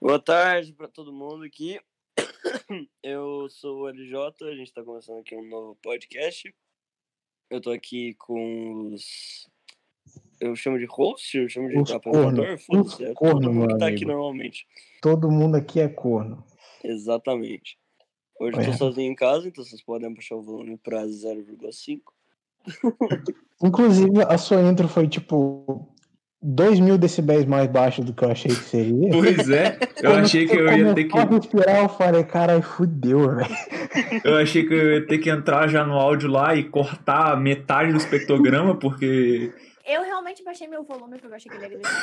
Boa tarde para todo mundo aqui. Eu sou o LJ, a gente está começando aqui um novo podcast. Eu tô aqui com os... Eu chamo de host? Eu chamo de apresentador? Foda-se, é todo mundo que tá aqui normalmente. Todo mundo aqui é corno. Exatamente. Hoje eu tô sozinho em casa, então vocês podem puxar o volume pra 0,5. Inclusive, a sua intro foi tipo 2.000 decibéis mais baixo do que eu achei que seria. Pois é, eu achei que eu ia ter que... respirar, eu falei, caralho, fudeu, velho. Eu achei que eu ia ter que entrar já no áudio lá e cortar metade do espectrograma, porque... Eu realmente baixei meu volume porque eu achei que ele ia gritar.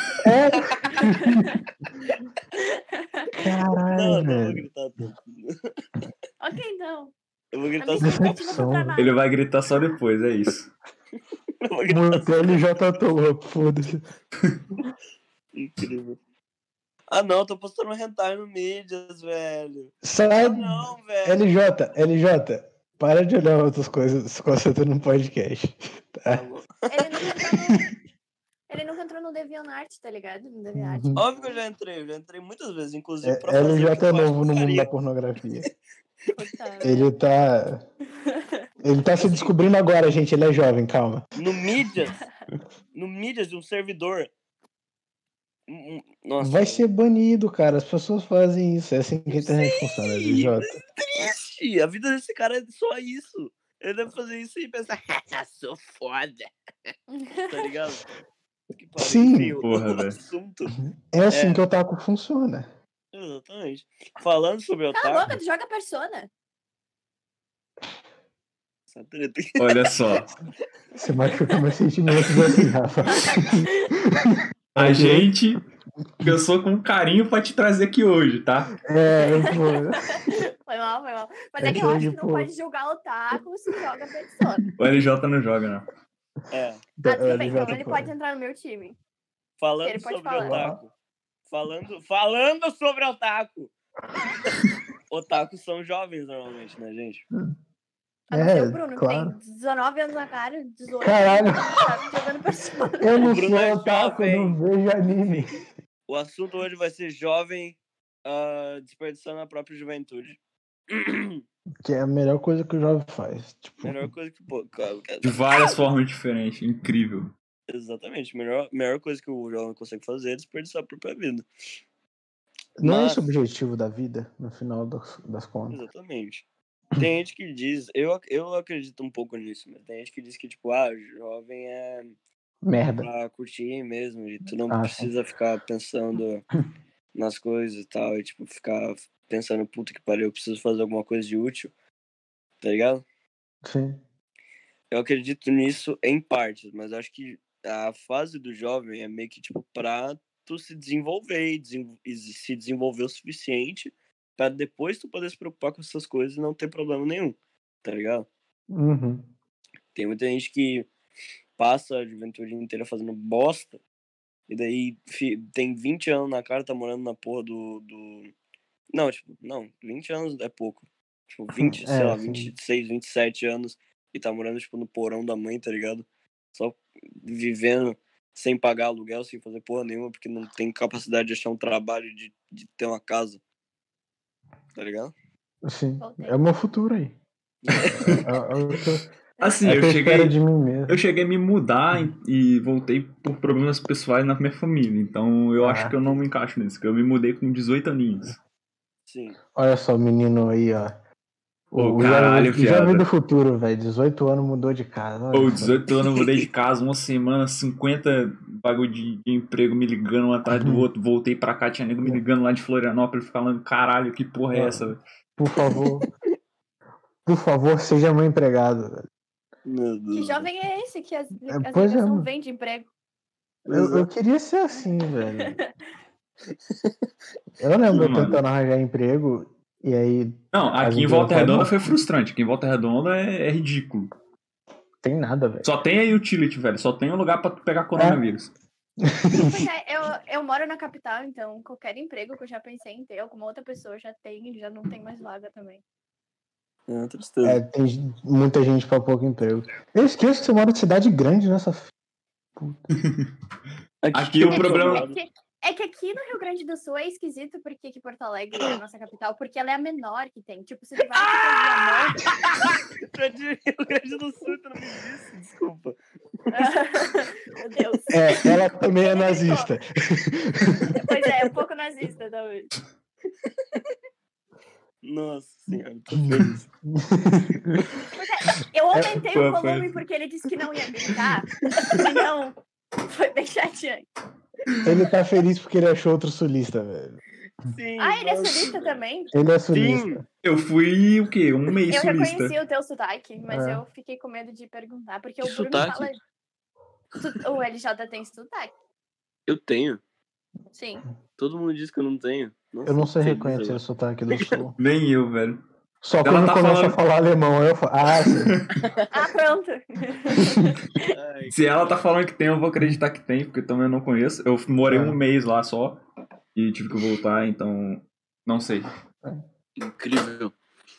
Caralho, Não, eu vou gritar tudo. Ok, então. Eu vou gritar só. Ele vai gritar só depois, é isso. Muito LJ tô foda-se. Incrível. Ah não, tô postando hentai no mídias, velho. Sai, não, velho. LJ, para de olhar outras coisas, se concentra no podcast. Tá? Ele nunca entrou no DeviantArt, tá ligado? No DeviantArt. Óbvio que eu já entrei muitas vezes, inclusive pra fazer LJ o que é eu novo no acho mundo da pornografia. Ele tá se descobrindo agora, gente. Ele é jovem, calma. No mídias de um servidor. Nossa, vai ser banido, cara. As pessoas fazem isso. É assim que a internet funciona, LJ. É triste. A vida desse cara é só isso. Ele deve fazer isso e pensar, sou foda. Tá ligado? Sim, porra, velho. É assim que o otaku funciona. Exatamente. Falando sobre o otaku... Cala a boca, tu joga Persona. Essa treta. Olha só. Você machuca meus sentimentos assim, Rafa. A gente pensou com carinho pra te trazer aqui hoje, tá? Foi mal. Mas é que eu acho que não pode julgar o otaku se joga Persona. O LJ não joga, não. Tudo bem, então ele pode entrar no meu time. Falando sobre o otaku. Falando sobre o otaku. Otakus são jovens normalmente, né, gente? O Bruno, claro. que tem 19 anos na cara, 18 Caralho. anos, jogando Persona. Eu não sou otaku, não vejo anime. O assunto hoje vai ser jovem desperdiçando a própria juventude. Que é a melhor coisa que o jovem faz. Tipo... Melhor coisa que... De várias formas diferentes, incrível. Exatamente, melhor coisa que o jovem consegue fazer é desperdiçar a própria vida. Não é esse o objetivo da vida, no final das contas. Exatamente. Tem gente que diz, eu acredito um pouco nisso, mas tem gente que diz que, tipo, jovem é merda pra curtir mesmo, e tu não precisa ficar pensando nas coisas e tal, e tipo, ficar pensando, puta que pariu, eu preciso fazer alguma coisa de útil, tá ligado? Sim. Eu acredito nisso em partes, mas acho que a fase do jovem é meio que, tipo, pra tu se desenvolver e se desenvolver o suficiente pra depois tu poder se preocupar com essas coisas e não ter problema nenhum, tá ligado? Uhum. Tem muita gente que passa a juventude inteira fazendo bosta e daí tem 20 anos na cara, tá morando na porra do... Não, 20 anos é pouco. Tipo, 20, sei lá, 26, 27 anos e tá morando, tipo, no porão da mãe, tá ligado? Só vivendo sem pagar aluguel, sem fazer porra nenhuma, porque não tem capacidade de achar um trabalho, de ter uma casa. Tá ligado? Sim, é o meu futuro aí. Assim, eu cheguei a me mudar e voltei por problemas pessoais na minha família. Então eu acho que eu não me encaixo nisso, porque eu me mudei com 18 aninhos. Sim. Olha só o menino aí, ó. Caralho, já veio do futuro, velho. 18 anos mudou de casa. 18 anos mudei de casa, uma semana, 50 bagulho de emprego me ligando um atrás do outro. Voltei pra cá, tinha nego me ligando lá de Florianópolis, falando, caralho, que porra é essa, velho? Por favor, seja meu empregado, velho. Que jovem é esse que as ligações vêm de emprego? Eu queria ser assim, velho. Eu lembro eu tentando arranjar emprego e aí... Não, aqui em Volta Redonda foi frustrante. Aqui em Volta Redonda é ridículo. Tem nada, velho. Só tem a utility, velho. Só tem um lugar pra tu pegar coronavírus. Eu moro na capital, então qualquer emprego que eu já pensei em ter, alguma outra pessoa já tem e já não tem mais vaga também. Tristeza. Tem muita gente pra pouco emprego. Eu esqueço que você mora em cidade grande nessa... Aqui o problema... É que aqui no Rio Grande do Sul é esquisito porque que Porto Alegre é a nossa capital, porque ela é a menor que tem. Tipo, se tu vai na Tu é de Rio Grande do Sul, tu não me disse, desculpa. Meu Deus. Ela também é nazista. Pois é um pouco nazista, talvez. Nossa senhora, tô feliz. Eu aumentei o volume porque ele disse que não ia gritar. Então, foi bem chateante. Ele tá feliz porque ele achou outro sulista, velho. Sim, Ele é nossa. sulista também? Ele é sulista. Sim, Eu fui, o quê? Um mês Eu sulista. reconheci o teu sotaque, mas É. eu fiquei com medo de perguntar, porque Que o Bruno sotaque? fala... O LJ tem sotaque? eu tenho. Sim. Todo mundo diz que eu não tenho. Nossa, Eu não sei feliz reconhecer agora. o sotaque do sul. Nem eu, velho. Só Ela quando tá começa falando- a falar alemão, eu falo. Ah, sim. Pronto. Ai, Se ela tá falando que tem, eu vou acreditar que tem, porque também eu não conheço. Eu morei um mês lá só e tive que voltar, então não sei. incrível.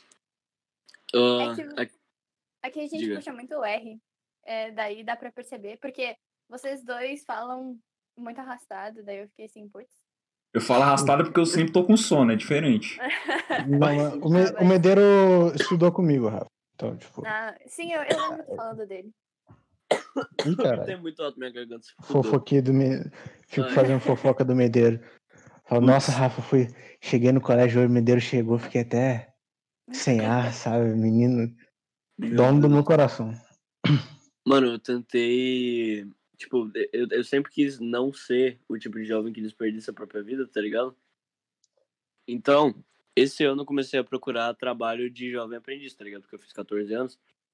Aqui a gente Diga. puxa muito o R. Daí dá pra perceber, porque vocês dois falam muito arrastado, daí eu fiquei assim, putz. Eu falo arrastado porque eu sempre tô com sono, é diferente. Não, mas o Medeiro estudou comigo, Rafa. Então, tipo. Sim, eu lembro tu falando dele. Ih, eu caralho. tenho muito alto minha garganta. Se fudeu. Fofoquinha do Medeiro. Fico Ai. fazendo fofoca do Medeiro. Falo, nossa, Rafa, cheguei no colégio hoje, o Medeiro chegou, fiquei até sem ar, sabe? Menino, dono do meu coração. Mano, eu tentei. Tipo, eu sempre quis não ser o tipo de jovem que desperdiça a própria vida, tá ligado? Então, esse ano eu comecei a procurar trabalho de jovem aprendiz, tá ligado? Porque eu fiz 14 anos.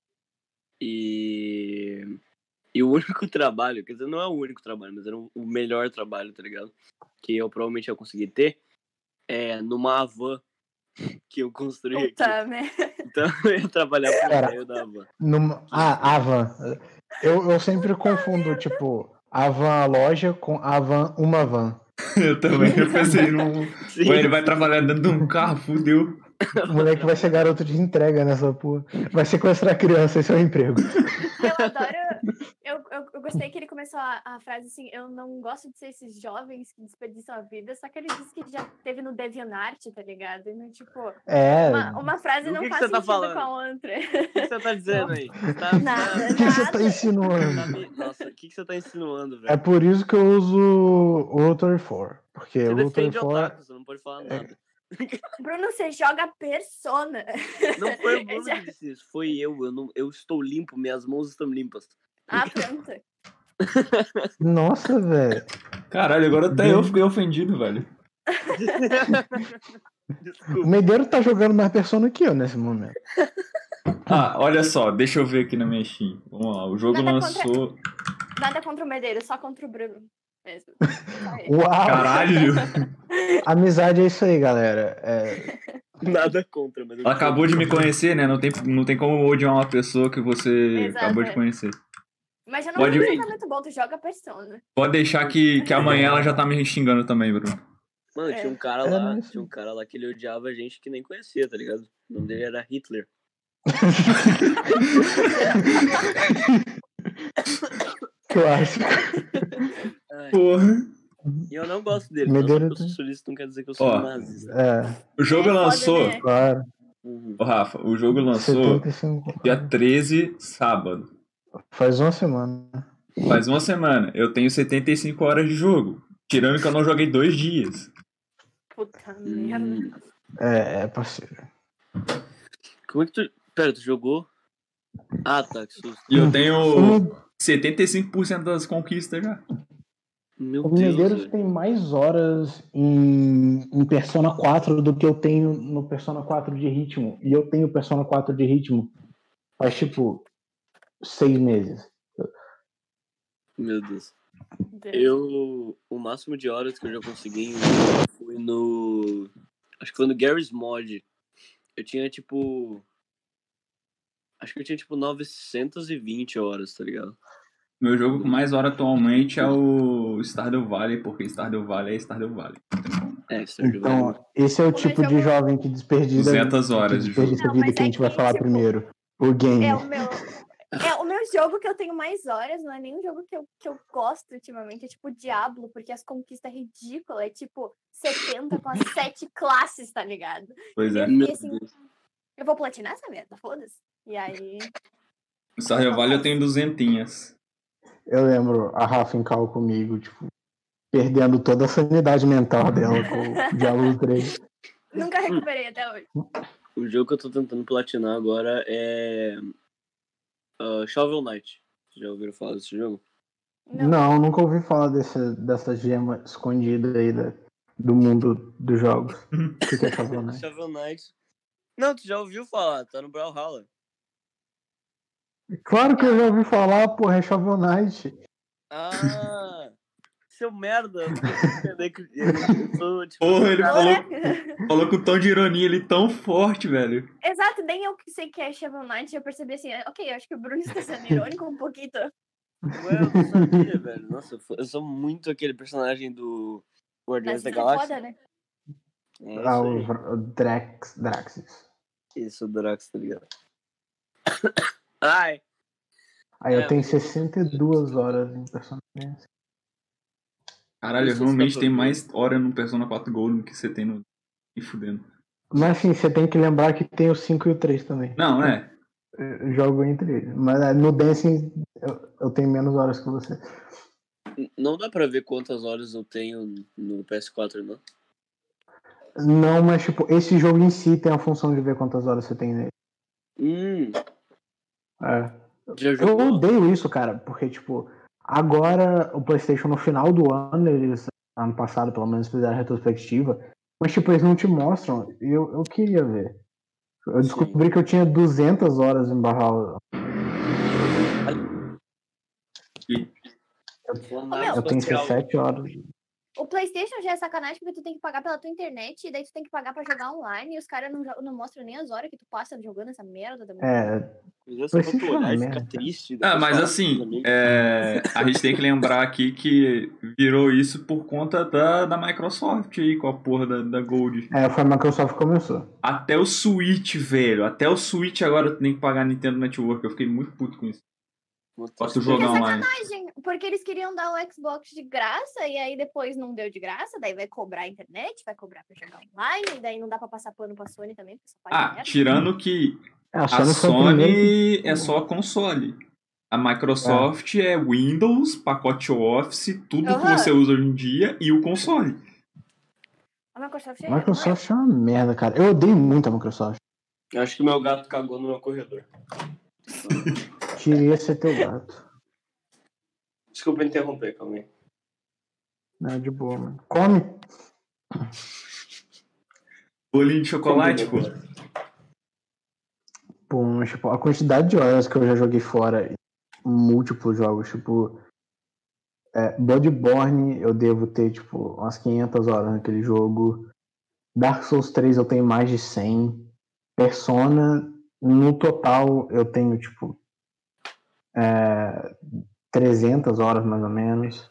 E o único trabalho, quer dizer, não é o único trabalho, mas era o melhor trabalho, tá ligado? Que eu provavelmente ia conseguir ter numa van que eu construí aqui. Puta merda. Então eu ia trabalhar pro Cara. meio da van. Avan. Eu sempre confundo, tipo, Avan loja com Avan uma van. Eu também, eu pensei num... Sim. Ué, ele vai trabalhar dentro de um carro, fudeu. O moleque vai ser garoto de entrega nessa porra. Vai sequestrar criança, esse é o emprego. Eu adoro. Eu gostei que ele começou a frase assim: eu não gosto de ser esses jovens que desperdiçam a vida, só que ele disse que já teve no DeviantArt, tá ligado? E não, tipo, uma frase O não que faz você tá sentido falando? com a outra. O que você tá dizendo aí? Nada. O que você tá insinuando? Nossa, o que você tá insinuando, É velho? por isso que eu uso o Luthor 4. Porque Você o Luthor defende 4. otaku, você não pode falar nada. Bruno, você joga Persona. Não foi o Bruno que disse isso, foi eu. Eu estou limpo, minhas mãos estão limpas. Pronto. Nossa, velho. Caralho, agora até eu fiquei ofendido, velho. O Desculpa. Medeiro tá jogando mais Persona que eu nesse momento. Olha só, deixa eu ver aqui na minha Steam. Vamos lá, o jogo Nada lançou... Nada contra o Medeiro, só contra o Bruno mesmo. Só ele. Uau! Caralho! Amizade é isso aí, galera. Nada contra, mas... Ela acabou de me conhecer, né? Não tem como odiar uma pessoa que você Exato, acabou de conhecer. Mas já não Pode- é um tratamento bom, tu joga Persona. Pode deixar que amanhã ela já tá me xingando também, Bruno. Mano, tinha um cara É, lá, mas- tinha um cara lá que ele odiava gente que nem conhecia, tá ligado? O nome dele era Hitler. Clássico. Ai, Porra. e eu não gosto dele. Medeiro Não sou sulista, não quer dizer que eu sou Ó. nazista. É, O jogo É foda, lançou... né? claro. Uhum. Ô, Rafa, o jogo lançou 75. dia 13, sábado. Faz uma semana. Faz uma semana. Eu tenho 75 horas de jogo. Tirando que eu não joguei 2 dias. Puta merda. É parceiro. Como é que tu... Pera, tu jogou? Ah, tá, que susto. E eu O tenho 75% das conquistas já. Meu O Deus, Medeiros velho. tem mais horas em Persona 4 do que eu tenho no Persona 4 de ritmo. E eu tenho Persona 4 de ritmo faz tipo 6 meses. Meu Deus. Deus. O máximo de horas que eu já consegui foi no... Acho que foi no Garry's Mod. Eu tinha, tipo... Acho que eu tinha, tipo, 920 horas, tá ligado? Meu jogo com mais hora atualmente é o Stardew Valley, porque Stardew Valley é Stardew Valley. Isso é Então, esse é o O tipo meu de jogo- jovem que desperdiça 200 horas que de jogo. desperdiça a Não, vida mas que a é gente vai que, falar tipo, primeiro. O game. O meu jogo que eu tenho mais horas, não é nem um jogo que eu gosto ultimamente, é tipo Diablo, porque as conquistas é ridículas, é tipo 70 com as 7 classes, tá ligado? Pois E é. eu fiquei assim, eu vou platinar essa merda, foda-se. E aí... O Stardew Valley eu tenho 200. Eu lembro a Rafa em call comigo, tipo, perdendo toda a sanidade mental dela com o Diablo 3. Nunca recuperei até hoje. O jogo que eu tô tentando platinar agora é Shovel Knight. Vocês já ouviram falar desse jogo? Não, nunca ouvi falar dessa gema escondida aí do mundo dos jogos. O que é Shovel Knight? Shovel Knight. Não, tu já ouviu falar, tá no Brawlhalla. Claro que eu já ouvi falar, porra, é Shovel Knight. Ah, seu merda, eu não consigo entender que eu sou, tipo... Porra, ele falou com o tom de ironia ali tão forte, velho. Exato, nem eu que sei que é Shovel Knight, eu percebi assim, ok, acho que o Bruno está sendo irônico um pouquinho. Ué, eu não sabia, velho. Nossa, eu sou muito aquele personagem do Guardiões da Galáxia. Foda, né? É Ah, isso o Draxis. Isso, o Drax, tá ligado? Ai! Aí eu tenho 62 horas em personagem. Caralho, eu realmente tenho mais hora no Persona 4 Gold do que você tem no... E fudendo. Mas assim, você tem que lembrar que tem o 5 e o 3 também. Não, é. Eu jogo entre eles. Mas no Dancing eu tenho menos horas que você. Não dá pra ver quantas horas eu tenho no PS4, não? Não, mas tipo, esse jogo em si tem a função de ver quantas horas você tem nele. É. Eu odeio isso, cara, porque tipo, agora o PlayStation no final do ano, ano passado pelo menos fizeram a retrospectiva, mas tipo, eles não te mostram. Eu queria ver. Eu descobri que eu tinha 200 horas em Brawlhalla. Eu tenho 17 horas. O PlayStation já é sacanagem porque tu tem que pagar pela tua internet e daí tu tem que pagar pra jogar online e os caras não mostram nem as horas que tu passa jogando essa merda também. Fica triste. Mas assim, a gente tem que lembrar aqui que virou isso por conta da Microsoft aí, com a porra da Gold. Foi a Microsoft que começou. Até o Switch, velho. Até o Switch agora tem que pagar Nintendo Network. Eu fiquei muito puto com isso. Posso jogar online. Sacanagem, porque eles queriam dar o Xbox de graça e aí depois não deu de graça, daí vai cobrar a internet, vai cobrar pra jogar online, e daí não dá pra passar pano pra Sony também. Tirando que a Sony é só console. A Microsoft é Windows, pacote Office, tudo que você usa hoje em dia e o console. A Microsoft é uma merda, cara. Eu odeio muito a Microsoft. Eu acho que meu gato cagou no meu corredor. Queria ser teu gato. Desculpa interromper, calma aí. Não, de boa, mano. Come! Bolinho de chocolate, pô. Pô, mas, tipo, a quantidade de horas que eu já joguei fora em múltiplos jogos, tipo... Bloodborne eu devo ter, tipo, umas 500 horas naquele jogo. Dark Souls 3 eu tenho mais de 100. Persona, no total, eu tenho, tipo... 300 horas, mais ou menos.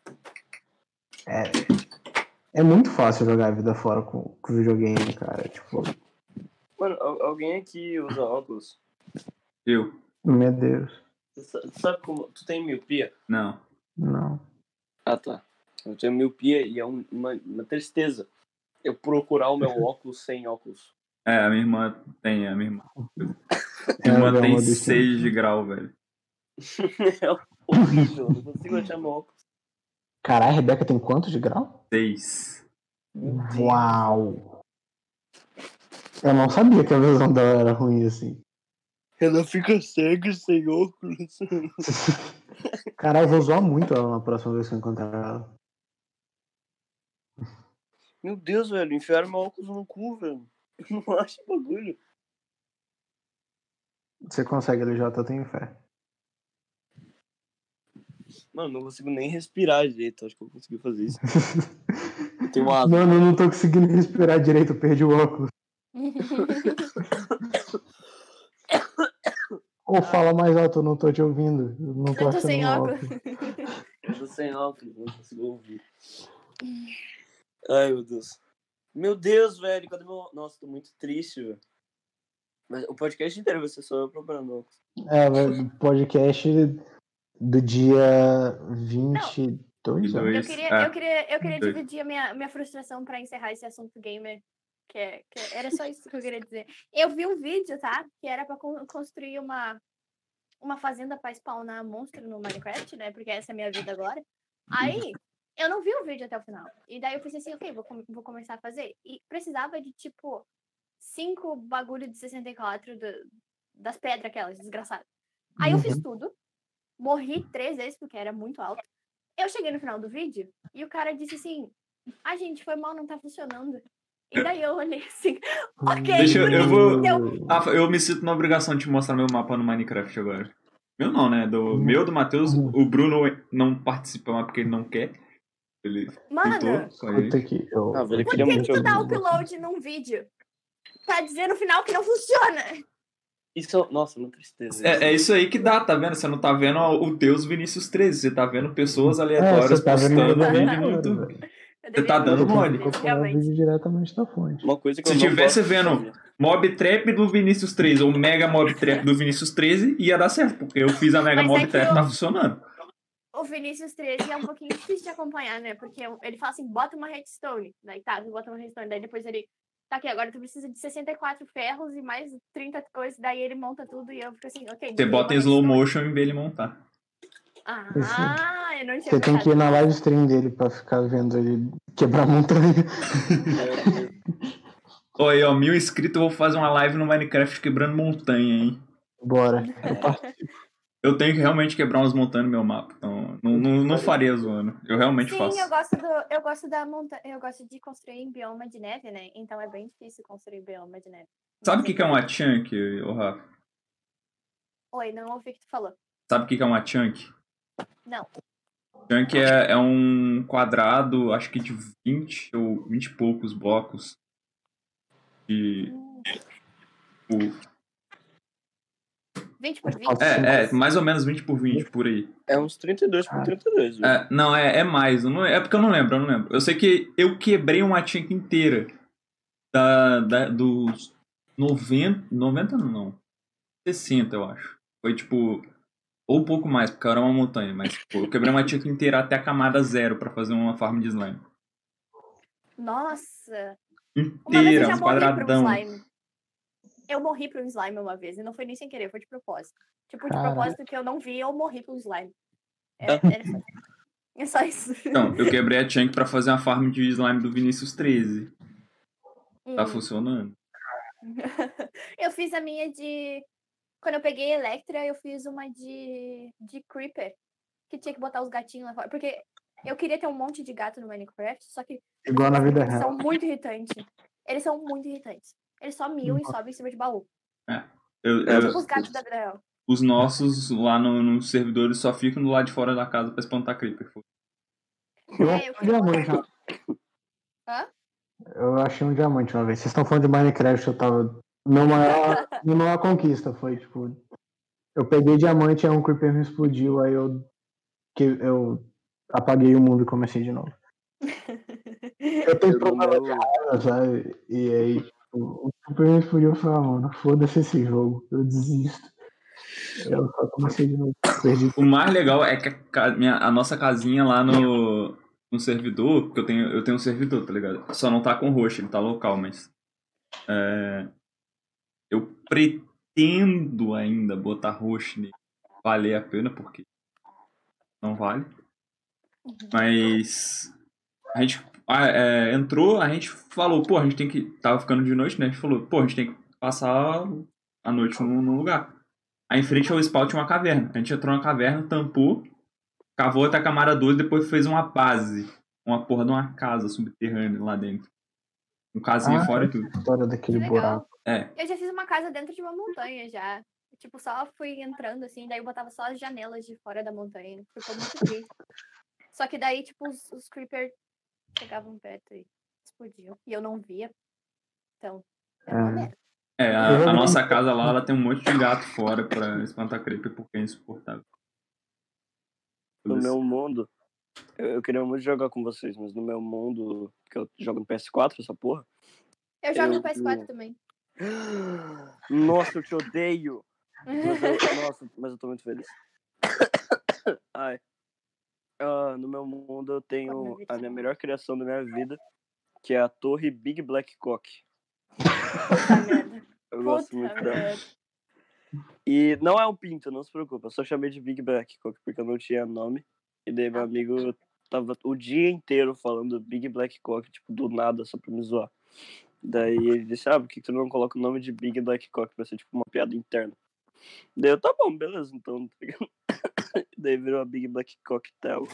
É muito fácil jogar a vida fora com videogame, cara. Tipo... Mano, alguém aqui usa óculos? Eu. Meu Deus. Sabe como... Tu tem miopia? Não. Ah, tá. Eu tenho miopia e é uma tristeza eu procurar o meu óculos sem óculos. A minha irmã tem, Minha irmã tem 6 de grau, velho. É horrível, não consigo achar meu óculos. Caralho, a Rebeca tem quantos de grau? 6. Uau! Eu não sabia que a visão dela era ruim assim. Ela fica cega sem óculos. Caralho, eu vou zoar muito ela na próxima vez que eu encontrar ela. Meu Deus, velho, enfiaram meu óculos no cu, velho. Eu não acho bagulho. Você consegue, LJ, eu tenho fé. Mano, não consigo nem respirar direito. Acho que eu consegui fazer isso. Mano, eu não tô conseguindo respirar direito, eu perdi o óculos. Fala mais alto, eu não tô te ouvindo. Eu não tô sem óculos. Eu tô sem óculos, não consigo ouvir. Ai, meu Deus. Meu Deus, velho, cadê meu... Nossa, tô muito triste, velho. Mas o podcast inteiro vai ser só eu procurando óculos. O podcast do dia 22, eu queria dividir a minha frustração pra encerrar esse assunto gamer. Que era só isso que eu queria dizer. Eu vi um vídeo, tá? Que era pra construir uma fazenda pra spawnar monstro no Minecraft, né? Porque essa é a minha vida agora. Aí, eu não vi o vídeo até o final. E daí eu pensei assim, ok, vou começar a fazer. E precisava de, tipo, 5 bagulho de 64 das pedras aquelas, desgraçadas. Aí eu fiz tudo. Morri 3 vezes, porque era muito alto. Eu cheguei no final do vídeo e o cara disse assim, gente, foi mal, não tá funcionando. E daí eu olhei assim, ok. Eu me sinto na obrigação de te mostrar meu mapa no Minecraft agora. Meu não, né? Do Matheus, o Bruno não participa mais porque ele não quer. Ele Mano, por que tu dá upload num vídeo? Tá dizendo no final que não funciona. Isso, nossa, uma tristeza. É isso aí que dá, tá vendo? Você não tá vendo o Deus Vinícius 13, você tá vendo pessoas aleatórias postando vídeo no YouTube. Você tá dando mole. Diretamente da fonte. Uma coisa que se tivesse vendo Mob Trap do Vinícius 13 ou Mega Mob Trap do Vinícius 13, ia dar certo, porque eu fiz a Mega Mob Trap, tá funcionando. O Vinícius 13 é um pouquinho difícil de acompanhar, né? Porque ele fala assim, bota uma redstone. Daí bota uma redstone. Daí depois ele, tá aqui, agora tu precisa de 64 ferros e mais 30 coisas. Daí ele monta tudo e eu fico assim, ok. Você bota em slow motion e vê ele montar. Eu não tinha Você tem que ir na live stream dele pra ficar vendo ele quebrar a montanha. Oi, 1000 inscritos, eu vou fazer uma live no Minecraft quebrando montanha, hein? Bora, eu participo. Eu tenho que realmente quebrar umas montanhas no meu mapa, então não faria zoando. Eu realmente faço. Sim, eu gosto da montanha, eu gosto de construir em bioma de neve, né? Então é bem difícil construir bioma de neve. Sabe o que é uma chunk, Rafa? Oi, não ouvi o que tu falou. Sabe o que é uma chunk? Não. Chunk é um quadrado, acho que de 20 ou 20 e poucos blocos de... 20 por 20? Mais ou menos 20 por 20, por aí. É uns 32 por 32. Não, é mais. É porque eu não lembro. Eu sei que eu quebrei uma chunk inteira dos 90 não. 60, eu acho. Foi tipo... Ou um pouco mais, porque era uma montanha. Mas tipo, eu quebrei uma chunk inteira até a camada 0 pra fazer uma farm de slime. Nossa! Inteira, um quadradão. Eu morri pro slime uma vez, e não foi nem sem querer, foi de propósito. Tipo, de propósito que eu não vi, eu morri pro slime. É só isso. Então, eu quebrei a chunk pra fazer uma farm de slime do Vinícius 13. Tá funcionando. Eu fiz a minha de... Quando eu peguei Electra, eu fiz uma de Creeper. Que tinha que botar os gatinhos lá fora. Porque eu queria ter um monte de gato no Minecraft, só que... Igual na vida real. Eles são muito irritantes. Eles só miam e sobem em cima de baú. Tipo os gatos da vida real. Os nossos lá no servidor só ficam do lado de fora da casa pra espantar Creeper. Eu achei um diamante uma vez. Vocês estão falando de Minecraft, eu tava... Minha maior conquista foi, tipo... Eu peguei diamante e um Creeper me explodiu, aí eu apaguei o mundo e comecei de novo. Eu tenho problema de raiva, sabe? E aí, o Creeper me explodiu e falei, mano, foda-se esse jogo, eu desisto. Eu só comecei de novo. Perdi. O mais legal é que a nossa casinha lá no servidor, porque eu tenho um servidor, tá ligado? Só não tá com host, ele tá local, mas... eu pretendo ainda botar host nele. Valer a pena, porque não vale. Mas a gente entrou, a gente falou, a gente tem que... Tava ficando de noite, né? A gente falou, a gente tem que passar a noite num lugar. Aí em frente ao spawn tinha uma caverna. A gente entrou na caverna, tampou, cavou até a camada 2 e depois fez uma base. Uma porra de uma casa subterrânea lá dentro. Um casinho fora e tudo. História daquele buraco. Eu já fiz uma casa dentro de uma montanha já. Tipo, só fui entrando assim, daí eu botava só as janelas de fora da montanha. Ficou muito triste. Só que daí, tipo, os creepers chegavam perto e explodiam. E eu não via. Então, era uma merda. A nossa casa lá, ela tem um monte de gato fora pra espantar creeper porque é insuportável. No meu mundo, eu queria muito jogar com vocês, mas no meu mundo, que eu jogo no PS4, essa porra. Eu jogo no PS4 também. Nossa, eu te odeio. Mas eu tô muito feliz. Ai. No meu mundo eu tenho a minha melhor criação da minha vida, que é a torre Big Black Cock. Puta merda. Eu gosto muito dela. E não é um pinto, não se preocupa. Eu só chamei de Big Black Cock porque eu não tinha nome. E daí meu amigo tava o dia inteiro falando Big Black Cock, tipo, do nada, só pra me zoar. Daí ele disse, por que tu não coloca o nome de Big Black Cock pra ser, tipo, uma piada interna? Daí eu, tá bom, beleza, então. Daí virou a Big Black Cocktail.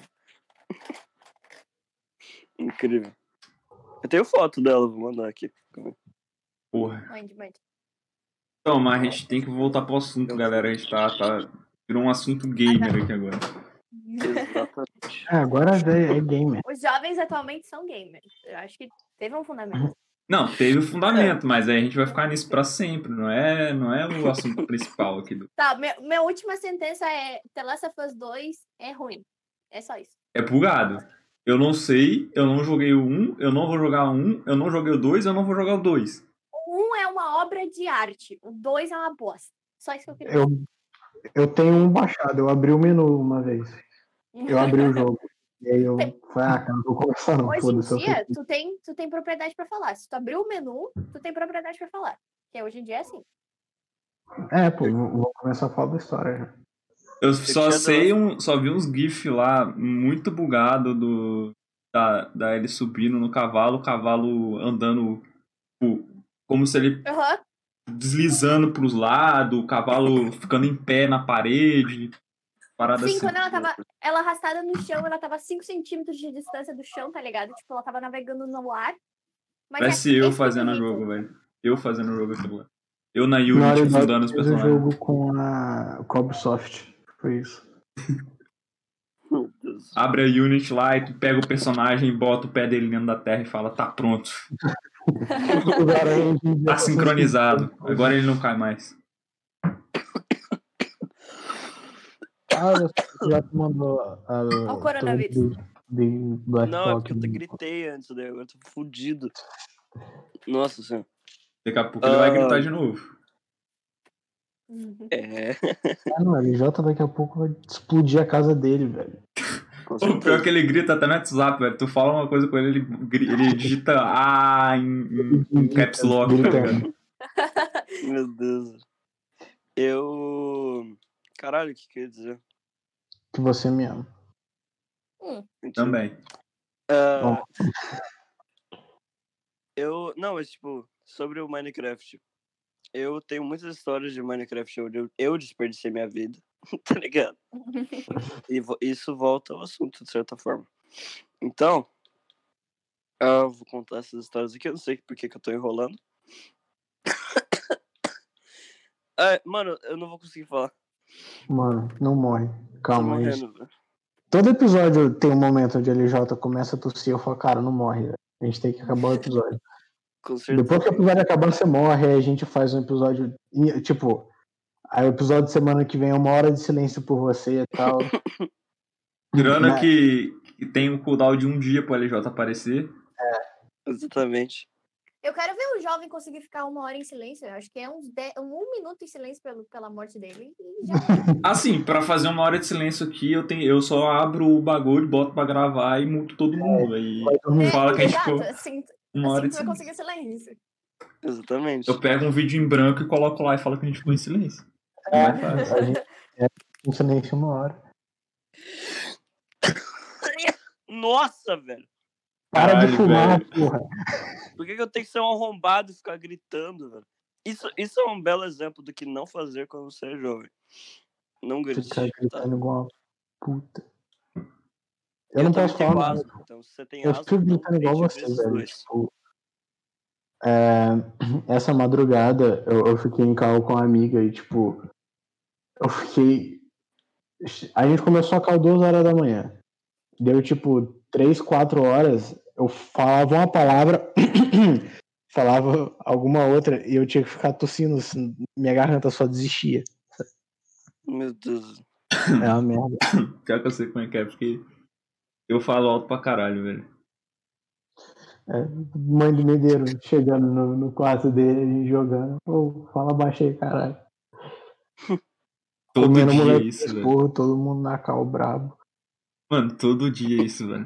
Incrível. Eu tenho foto dela, vou mandar aqui. Porra. Mande. Então, mas a gente tem que voltar pro assunto, galera. A gente virou um assunto gamer aqui agora. Exatamente. Agora é gamer. Os jovens atualmente são gamers. Eu acho que teve um fundamento. Não, teve o fundamento, mas aí a gente vai ficar nisso pra sempre. Não é o assunto principal aqui do. Tá, minha última sentença é The Last of Us 2 é ruim. É só isso. É bugado. Eu não sei, eu não joguei o 1, eu não vou jogar o 1, eu não joguei o 2, eu não vou jogar o 2. O 1 é uma obra de arte, o 2 é uma bosta. Só isso que eu queria dizer. Eu tenho um baixado, eu abri o menu uma vez. Eu abri o jogo. E aí eu falei, cara, não vou conversar não. Hoje em dia, tu tem propriedade pra falar. Se tu abrir o menu, tu tem propriedade pra falar. Porque hoje em dia é assim. Vou começar a falar da história já. Eu só vi uns GIF lá muito bugado da ele subindo no cavalo, o cavalo andando como se ele deslizando pros lados, o cavalo ficando em pé na parede. Parada Sim, assim. quando ela arrastada no chão, ela tava 5 centímetros de distância do chão, tá ligado? Tipo, ela tava navegando no ar. Mas parece eu fazendo o jogo, velho. Eu fazendo o jogo aqui lá. Eu na Unity fundando os personagens. Eu jogo com a Ubisoft. Foi isso. Abre a Unity lá e tu pega o personagem, bota o pé dele dentro da terra e fala, tá pronto. Tá sincronizado. Agora ele não cai mais. Você já mandou o coronavírus. Não, é porque eu gritei antes, daí agora eu tô fudido. Nossa senhora. Daqui a pouco ele vai gritar de novo. Não, LJ daqui a pouco vai explodir a casa dele, velho. O pior é que ele grita até no WhatsApp, velho. Tu fala uma coisa com ele, ele digita em caps lock, tá ligado? Meu Deus. Caralho, o que quer dizer? Que você me ama. Também. Não, mas tipo, sobre o Minecraft. Eu tenho muitas histórias de Minecraft onde eu desperdicei minha vida, tá ligado? E isso volta ao assunto, de certa forma. Então, eu vou contar essas histórias aqui, eu não sei por que eu tô enrolando. Mano, eu não vou conseguir falar. Mano, não morre. Calma aí. Morrendo, todo episódio tem um momento onde a LJ começa a tossir, eu falo, cara, não morre, velho. A gente tem que acabar o episódio. Com certeza. Depois que o episódio acabar, você morre, aí a gente faz um episódio, tipo, aí o episódio de semana que vem é 1 hora de silêncio por você e tal. Tirando que tem um cooldown de 1 dia pro LJ aparecer. Exatamente. Eu quero ver o jovem conseguir ficar 1 hora em silêncio. Eu acho que é um minuto em silêncio pela morte dele. E já... Assim, pra fazer 1 hora de silêncio aqui, eu só abro o bagulho, boto pra gravar e muto todo mundo. Aí fala que a gente ficou 1 hora de silêncio. Vai conseguir silêncio. Exatamente. Eu pego um vídeo em branco e coloco lá e falo que a gente ficou em silêncio. A gente em silêncio 1 hora. Nossa, velho. Para de fumar, porra. Por que eu tenho que ser um arrombado e ficar gritando, velho? Isso é um belo exemplo do que não fazer quando você é jovem. Não grite. Ficar gritando igual uma puta. Eu não posso falar asma, então se você tem asma, eu fico gritando igual você, velho. Tipo, essa madrugada eu fiquei em carro com uma amiga e, tipo, a gente começou a call 2 horas da manhã. Deu, tipo, 3, 4 horas, eu falava uma palavra, falava alguma outra, e eu tinha que ficar tossindo, assim, minha garganta só desistia. Meu Deus. É uma merda. Pior que eu sei como é que é, porque eu falo alto pra caralho, velho. Mãe do Medeiro chegando no quarto dele jogando. Pô, fala baixo aí, caralho. Todo Comendo dia moleque isso, velho. esporro, todo mundo na cal brabo. Mano, todo dia isso, velho.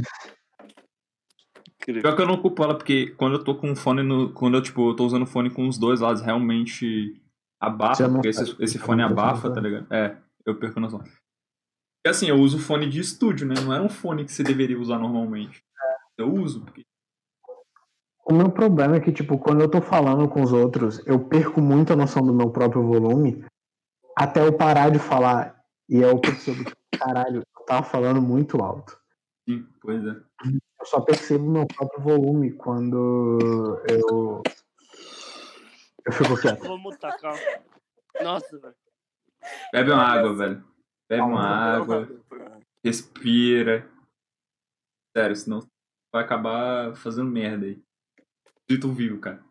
Pior que eu não culpo ela, porque quando eu tô com fone no. Quando eu, tipo, eu tô usando fone com os dois lados, realmente abafa, porque esse fone abafa, tá ligado? Eu perco a noção. E assim, eu uso fone de estúdio, né? Não é um fone que você deveria usar normalmente. Eu uso, porque. O meu problema é que, tipo, quando eu tô falando com os outros, eu perco muito a noção do meu próprio volume até eu parar de falar. E eu percebo, tipo, caralho, eu tava falando muito alto. Sim, pois é. Eu só percebo meu próprio volume quando eu fico quieto. Vou mutar, calma. Nossa, velho. Bebe uma água, velho. Bebe uma água. Respira. Sério, senão vai acabar fazendo merda aí. Dito vivo, cara.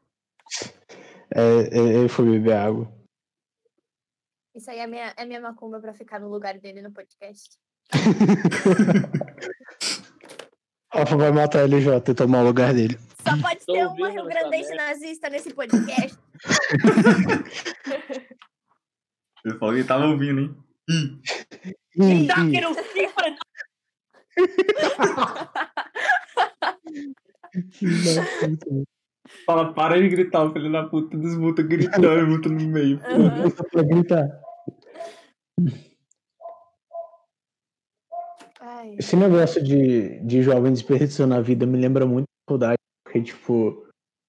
Ele foi beber água. Isso aí é minha macumba pra ficar no lugar dele no podcast. Rafa vai matar ele já e tomar o lugar dele. Só pode ter uma rio-grandense nazista nesse podcast. Eu falei que ele tava ouvindo, hein? Taque no cifra! Fala, para de gritar, o filho da puta desmuta gritando, muta no meio. Só pra gritar. Esse negócio de jovem desperdiçando a vida me lembra muito da faculdade, porque, tipo,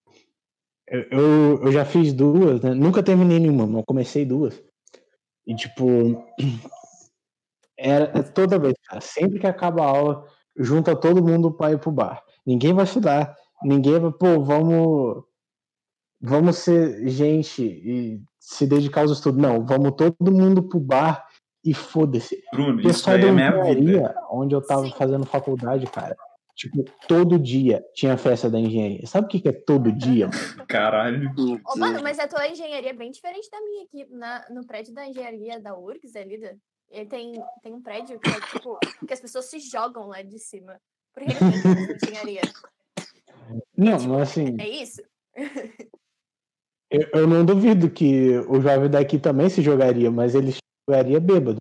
eu já fiz 2, né? Nunca terminei nenhuma, mas eu comecei 2. E, tipo, era toda vez, cara, sempre que acaba a aula, junta todo mundo pra ir pro bar. Ninguém vai estudar, ninguém vai, pô, vamos ser gente e se dedicar aos estudos. Não, vamos todo mundo pro bar e foda-se. Bruno, isso aí é minha vida. Onde eu tava fazendo faculdade, cara, tipo, todo dia tinha festa da engenharia. Sabe o que é todo dia, mano? Caralho. Ô, mano, mas a tua engenharia é bem diferente da minha aqui. No prédio da engenharia da URGS ali, ele tem um prédio que é tipo, que as pessoas se jogam lá de cima. Porque ninguém tem essa engenharia. Não, tipo, mas assim... É isso? Eu não duvido que o jovem daqui também se jogaria, mas ele jogaria bêbado.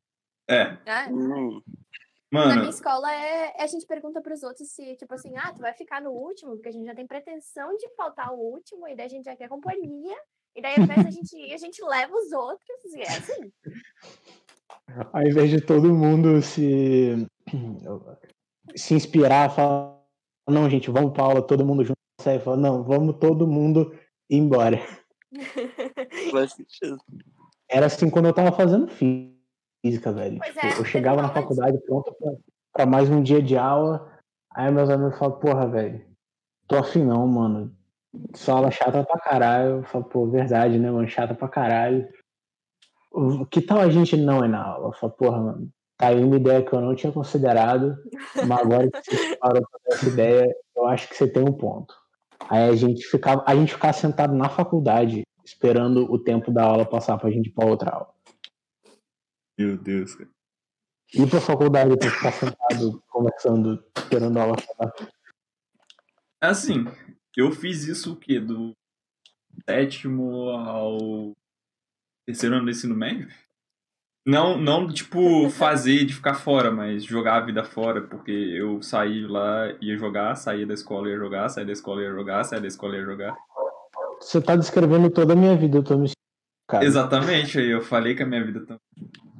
Mano, na minha escola a gente pergunta pros outros se, tipo assim, tu vai ficar no último, porque a gente já tem pretensão de faltar o último, e daí a gente já quer companhia, e daí ao invés da gente ir, a gente leva os outros, e é assim. Ao invés de todo mundo se inspirar, falar, não, gente, vamos pra aula, todo mundo junto, sai e fala, não, vamos todo mundo ir embora. Faz sentido. Era assim quando eu tava fazendo física, velho. Pois tipo, é, eu chegava na faculdade pronto pra mais um dia de aula, aí meus amigos falavam, porra, velho, tô afim não, mano. Só aula chata pra caralho. Eu falo, pô, verdade, né, mano, chata pra caralho. Que tal a gente não ir na aula? Eu falo, porra, mano, tá aí uma ideia que eu não tinha considerado, mas agora que você parou pra ter essa ideia, eu acho que você tem um ponto. Aí a gente ficava sentado na faculdade, esperando o tempo da aula passar pra gente ir pra outra aula. Meu Deus, cara. Ir pra faculdade pra ficar sentado, conversando, esperando a aula passar. Assim, eu fiz isso o quê? Do 7º ao 3º ano do ensino médio? Não, tipo, fazer de ficar fora, mas jogar a vida fora, porque eu saí lá, ia jogar, saía da escola, ia jogar, saía da escola, ia jogar, saía da escola, ia jogar. Você tá descrevendo toda a minha vida, eu tô me sentindo, cara. Exatamente, aí eu falei que a minha vida também.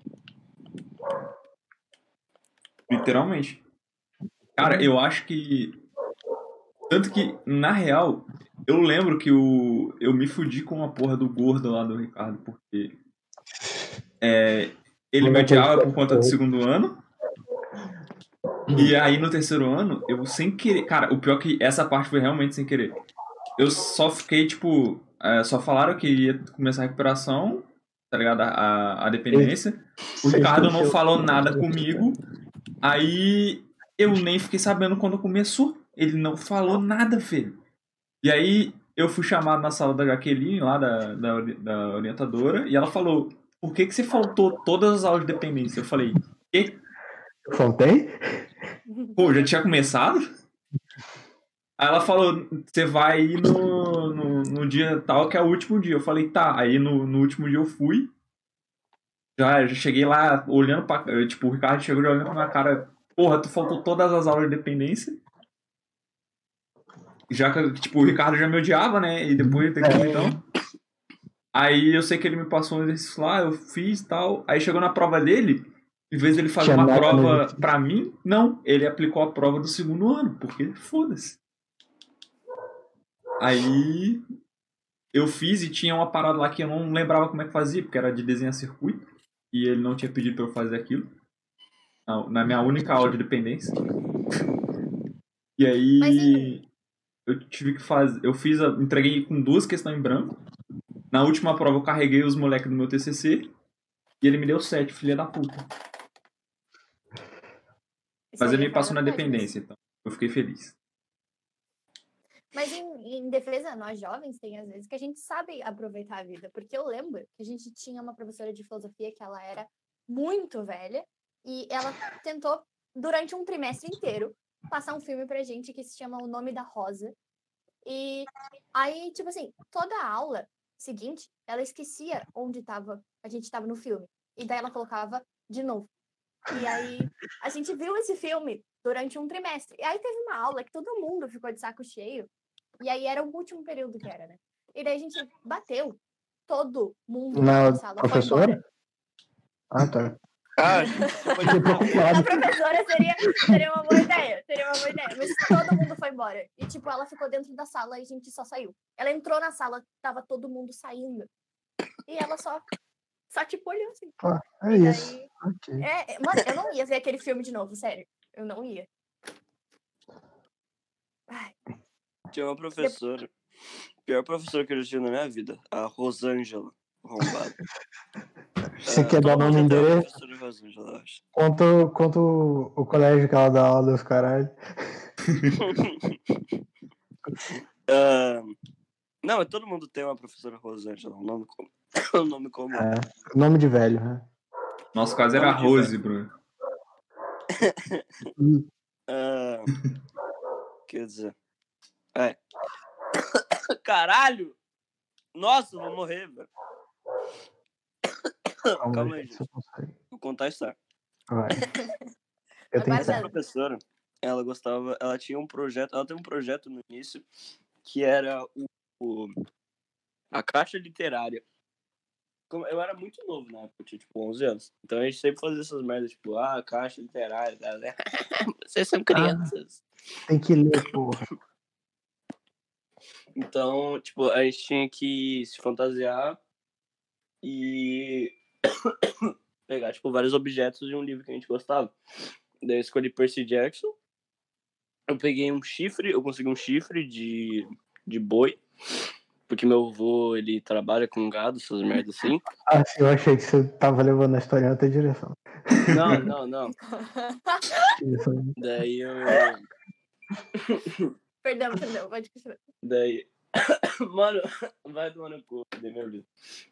Literalmente. Cara, eu acho que... Tanto que, na real, eu lembro que eu me fudi com a porra do gordo lá do Ricardo, porque... ele me odiava por conta do 2º ano. E aí no 3º ano, eu sem querer... Cara, o pior é que essa parte foi realmente sem querer. Eu só fiquei, tipo... só falaram que ia começar a recuperação, tá ligado? A dependência. O Ricardo não falou nada comigo. Aí eu nem fiquei sabendo quando começou. Ele não falou nada, filho. E aí eu fui chamado na sala da Jaqueline, lá da orientadora, e ela falou... Por que você faltou todas as aulas de dependência? Eu falei, quê? Eu faltei? Pô, já tinha começado? Aí ela falou, você vai ir no dia tal, que é o último dia. Eu falei, tá. Aí no último dia eu fui. Já cheguei lá olhando pra... Tipo, o Ricardo chegou já olhando pra minha cara. Porra, tu faltou todas as aulas de dependência. Já que, tipo, o Ricardo já me odiava, né? E depois daquilo, então... Aí eu sei que ele me passou um exercício lá, eu fiz e tal. Aí chegou na prova dele, em vez dele fazer uma prova pra mim, não. Ele aplicou a prova do segundo ano, porque foda-se. Aí eu fiz e tinha uma parada lá que eu não lembrava como é que fazia, porque era de desenhar circuito. E ele não tinha pedido pra eu fazer aquilo. Na minha única aula de dependência. E aí eu tive que fazer. Entreguei com 2 questões em branco. Na última prova eu carreguei os moleques do meu TCC. E ele me deu 7, filha da puta. Mas ele me passou na dependência, então. Eu fiquei feliz. Mas em defesa, nós jovens, tem às vezes que a gente sabe aproveitar a vida. Porque eu lembro que a gente tinha uma professora de filosofia que ela era muito velha. E ela tentou, durante um trimestre inteiro, passar um filme pra gente que se chama O Nome da Rosa. E aí, tipo assim, toda a aula seguinte, ela esquecia onde a gente estava no filme. E daí ela colocava de novo. E aí, a gente viu esse filme durante um trimestre. E aí teve uma aula que todo mundo ficou de saco cheio. E aí era o último período que era, né? E daí a gente bateu. Todo mundo na sala professora? foi embora. Ah, tá. A professora seria uma boa ideia. Seria uma boa ideia. Mas todo mundo foi embora. E, tipo, ela ficou dentro da sala e a gente só saiu. Ela entrou na sala, tava todo mundo saindo. E ela só tipo, olhou assim. É isso. Daí... Okay. Mano, eu não ia ver aquele filme de novo, sério. Eu não ia. Ai. Tinha uma professora. Pior professora que eu já tive na minha vida. A Rosângela. Arrombada. Você quer dar o nome dele? Conta o colégio que ela dá aula dos caralho. Não, todo mundo tem uma professora Rosângela. Um nome comum. Nome de velho, né? Nosso caso era Rose, Bruno. Quer dizer. Caralho! Nossa, eu vou morrer, velho. Calma aí, gente. Vou contar a história. Essa professora, ela tinha um projeto, ela tem um projeto no início que era a caixa literária. Eu era muito novo na época, eu tinha tipo 11 anos. Então a gente sempre fazia essas merdas, tipo, caixa literária. Vocês são crianças. Tem que ler, porra. Então, tipo, a gente tinha que se fantasiar e pegar, tipo, vários objetos de um livro que a gente gostava. Daí eu escolhi Percy Jackson. Eu peguei um chifre, eu consegui um chifre de boi. Porque meu avô, ele trabalha com gado, essas merdas assim. Sim, eu achei que você tava levando a história em outra direção. Não. Daí eu... Perdão, pode continuar. Daí... Mano, vai tomar no cu, meu Deus.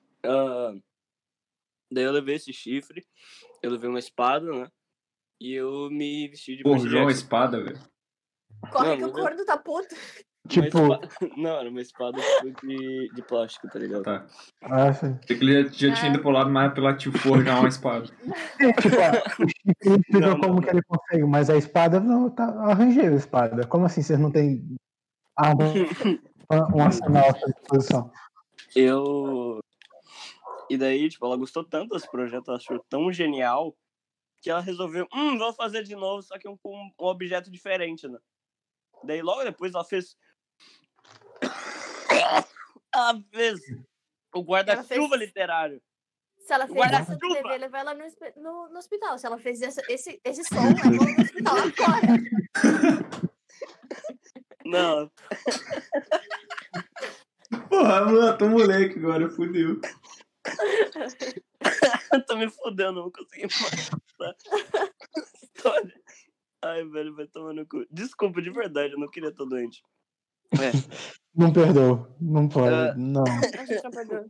Daí eu levei esse chifre, eu levei uma espada, né? E eu me vesti de Percy Jackson. Uma espada, velho. Corre que o corno tá puto. Tipo... Não, era uma espada de plástico, tá ligado? Tá. Sim. Ele já tinha ido pro lado mais apelativo forjar uma espada. Tipo, o chifre explica como que ele consegue, mas a espada, não, arranjei a espada. Como assim vocês não têm um arsenal à disposição? E daí, tipo, ela gostou tanto desse projeto, ela achou tão genial, que ela resolveu, vou fazer de novo, só que com um objeto diferente, né? Daí logo depois ela fez o guarda-chuva literário. Se ela fez essa, tu deveria levar ela no hospital. Se ela fez esse som, ela vai no hospital agora. Não. Porra, mano, tô moleque agora, fudeu. Tô me fudendo, não consegui mais. História. Ai, velho, vai tomar no cu. Desculpa, de verdade, eu não queria estar doente. Não perdoa, não pode, não. A gente não perdoa.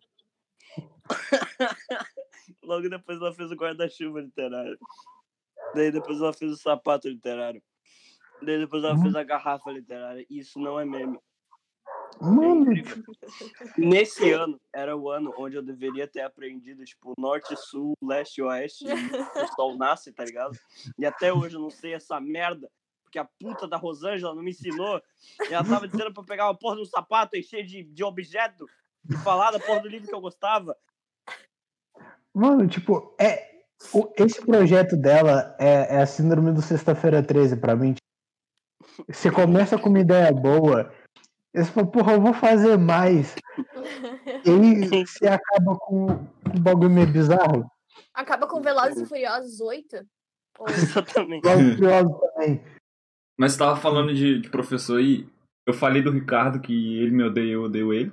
Logo depois ela fez o guarda-chuva literário. Daí depois ela fez o sapato literário. Daí depois ela fez a garrafa literária. Isso não é meme. Mano, Nesse ano, era o ano onde eu deveria ter aprendido, tipo, norte, sul, leste, oeste, e o sol nasce, tá ligado? E até hoje eu não sei essa merda, porque a puta da Rosângela não me ensinou. E ela tava dizendo pra eu pegar uma porra de um sapato e cheio de objeto e falar da porra do livro que eu gostava. Mano, tipo, esse projeto dela é a síndrome do Sexta-feira 13 pra mim. Você começa com uma ideia boa, você fala, porra, eu vou fazer mais. E aí você acaba com um bagulho meio bizarro. Acaba com Velozes e Furiosos 8? Exatamente. Velozes e Furiosos também. Mas você tava falando de professor aí, eu falei do Ricardo que ele me odeia, eu odeio ele.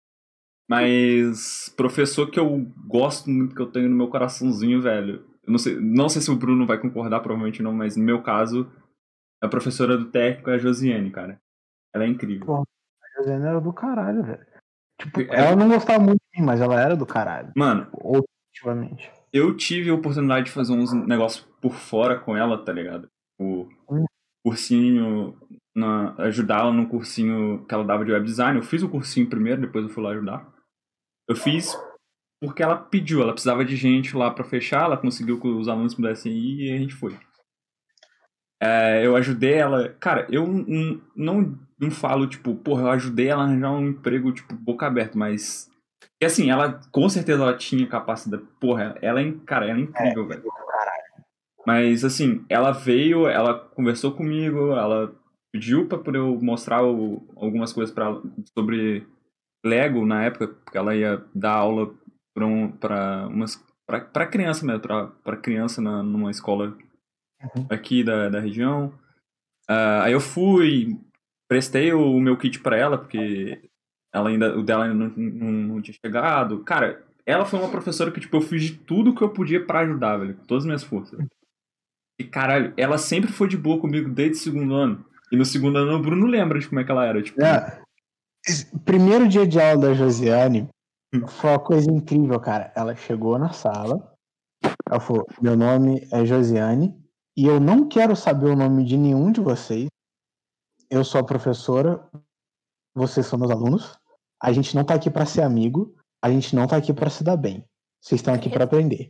Mas professor que eu gosto muito, que eu tenho no meu coraçãozinho, velho. Eu não sei se o Bruno vai concordar, provavelmente não, mas no meu caso, a professora do técnico é a Josiane, cara. Ela é incrível. Pô, a Josiane era do caralho, velho. Tipo, ela não gostava muito de mim, mas ela era do caralho. Mano, objetivamente. Eu tive a oportunidade de fazer uns negócios por fora com ela, tá ligado? O cursinho, ajudar ela no cursinho que ela dava de web design. Eu fiz o cursinho primeiro, depois eu fui lá ajudar. Eu fiz porque ela pediu, ela precisava de gente lá pra fechar, ela conseguiu que os alunos pudessem ir e a gente foi. Eu ajudei ela... Cara, eu não falo, tipo, porra, eu ajudei ela a arranjar um emprego, tipo, boca aberta, mas... E assim, ela, com certeza ela tinha capacidade... Porra, ela é incrível, velho. Mas, assim, ela veio, ela conversou comigo, ela pediu pra poder eu mostrar algumas coisas pra ela sobre Lego na época, porque ela ia dar aula pra criança mesmo, pra criança numa escola aqui da região. Aí eu fui, prestei o meu kit pra ela, porque o dela ainda não tinha chegado. Cara, ela foi uma professora que, tipo, eu fiz de tudo que eu podia pra ajudar, velho, com todas as minhas forças. E, caralho, ela sempre foi de boa comigo desde o segundo ano. E no segundo ano o Bruno lembra de como é que ela era, tipo... Primeiro dia de aula da Josiane foi uma coisa incrível, cara. Ela chegou na sala, ela falou, meu nome é Josiane, e eu não quero saber o nome de nenhum de vocês. Eu sou a professora, vocês são meus alunos. A gente não tá aqui pra ser amigo, a gente não tá aqui pra se dar bem. Vocês estão aqui pra aprender.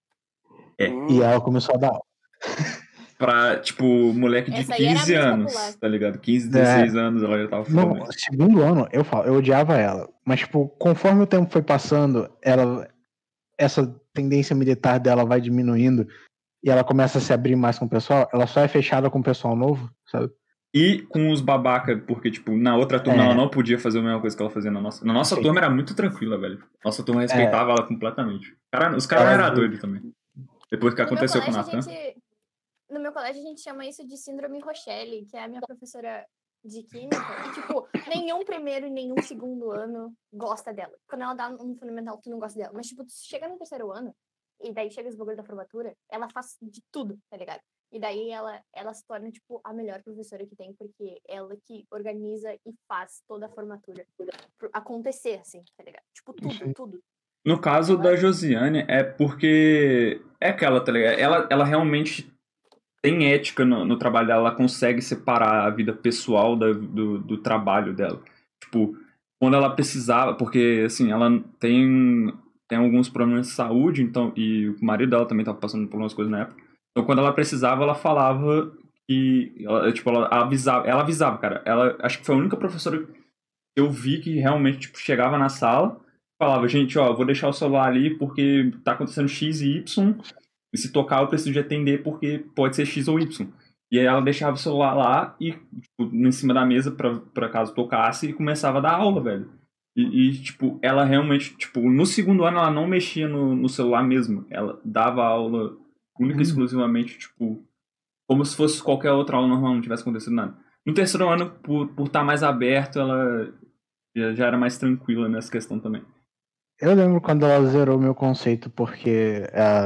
E ela começou a dar aula. Pra, tipo, moleque de 15 anos, tá ligado? 15, 16 anos ela já tava falando. No segundo ano, eu odiava ela. Mas, tipo, conforme o tempo foi passando, essa tendência militar dela vai diminuindo e ela começa a se abrir mais com o pessoal, ela só é fechada com o pessoal novo, sabe? E com os babaca, porque, tipo, na outra turma ela não podia fazer a mesma coisa que ela fazia na nossa. Na nossa turma era muito tranquila, velho. Nossa turma respeitava ela completamente. Os caras eram doidos também. Depois que aconteceu com o Nathan. No meu colégio a gente chama isso de síndrome Rochelle, que é a minha professora de química. E, tipo, nenhum primeiro e nenhum segundo ano gosta dela. Quando ela dá um fundamental, tu não gosta dela. Mas, tipo, tu chega no terceiro ano, e daí chega os bagulho da formatura, ela faz de tudo, tá ligado? E daí ela se torna, tipo, a melhor professora que tem, porque ela que organiza e faz toda a formatura acontecer, assim, tá ligado? Tipo, tudo. No caso da Josiane, é porque é aquela, tá ligado? Ela realmente tem ética no trabalho dela, ela consegue separar a vida pessoal do trabalho dela. Tipo, quando ela precisava, porque, assim, ela tem alguns problemas de saúde, então, e o marido dela também estava passando por algumas coisas na época. Então, quando ela precisava, ela falava que... Ela avisava, cara. Acho que foi a única professora que eu vi que realmente, tipo, chegava na sala, falava, gente, ó, vou deixar o celular ali porque tá acontecendo X e Y, e se tocar eu preciso de atender porque pode ser X ou Y. E aí ela deixava o celular lá e, tipo, em cima da mesa pra caso tocasse e começava a dar aula, velho. E, tipo, ela realmente, tipo, no segundo ano ela não mexia no celular mesmo. Ela dava aula única e exclusivamente, tipo, como se fosse qualquer outra aula normal, não tivesse acontecido nada. No terceiro ano, por estar mais aberto, ela já era mais tranquila nessa questão também. Eu lembro quando ela zerou meu conceito, porque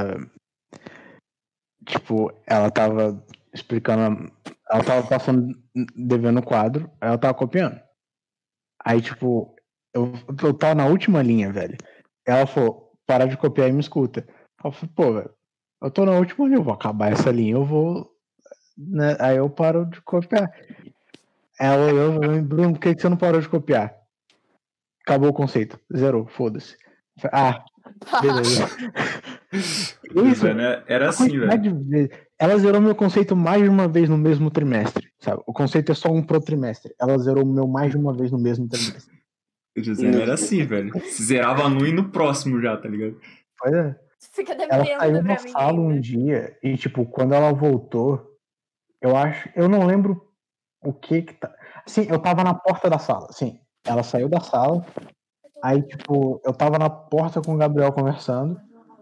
tipo, ela tava explicando, ela tava passando, devendo o quadro, aí ela tava copiando. Aí, tipo, eu tava na última linha, velho. Ela falou, para de copiar e me escuta. Eu falei, pô, velho, eu tô na última linha, eu vou acabar essa linha, eu vou né? Aí eu paro de copiar. Ela olhou e falou, Bruno, por que você não parou de copiar? Acabou o conceito. Zerou, foda-se. Ah, beleza. Isso, era assim, velho. Ela zerou meu conceito mais de uma vez no mesmo trimestre, sabe? O conceito é só um pro trimestre. Ela zerou o meu mais de uma vez no mesmo trimestre. O José era assim, velho. Se zerava no e no próximo já, tá ligado? Pois é. Fica ela saiu da sala um dia e, tipo, quando ela voltou, eu não lembro o que tá... Assim, eu tava na porta da sala, assim. Ela saiu da sala, aí, tipo, eu tava na porta com o Gabriel conversando.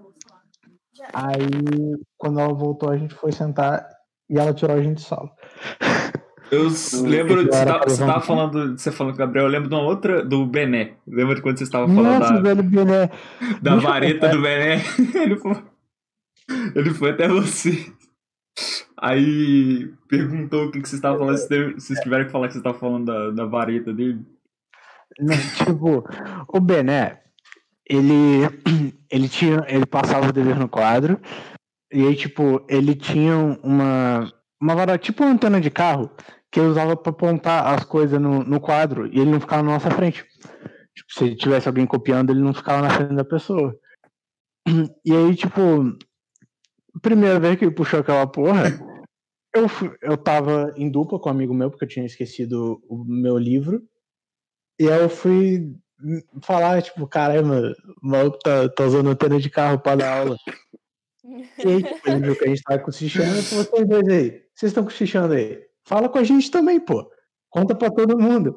Aí, quando ela voltou, a gente foi sentar e ela tirou a gente de sala. Eu lembro, você falando com o Gabriel, eu lembro de uma outra, do Bené. Lembra de quando você estava falando velho, Bené. Da vareta do Bené? Ele foi até você. Aí perguntou o que vocês estavam falando, se vocês tiveram que falar que você estava falando da vareta dele. Não, tipo, o Bené, ele passava o dever no quadro, e aí, tipo, ele tinha uma vareta, tipo uma antena de carro, que ele usava pra apontar as coisas no quadro, e ele não ficava na nossa frente. Tipo, se tivesse alguém copiando, ele não ficava na frente da pessoa. E aí, tipo, primeira vez que ele puxou aquela porra, eu tava em dupla com um amigo meu, porque eu tinha esquecido o meu livro, e aí eu fui falar, tipo, caramba, o maluco tá usando antena de carro pra dar aula. E aí, tipo, ele viu que a gente tava cochichando, e falou, vocês dois aí, vocês estão cochichando aí? Fala com a gente também, pô. Conta pra todo mundo.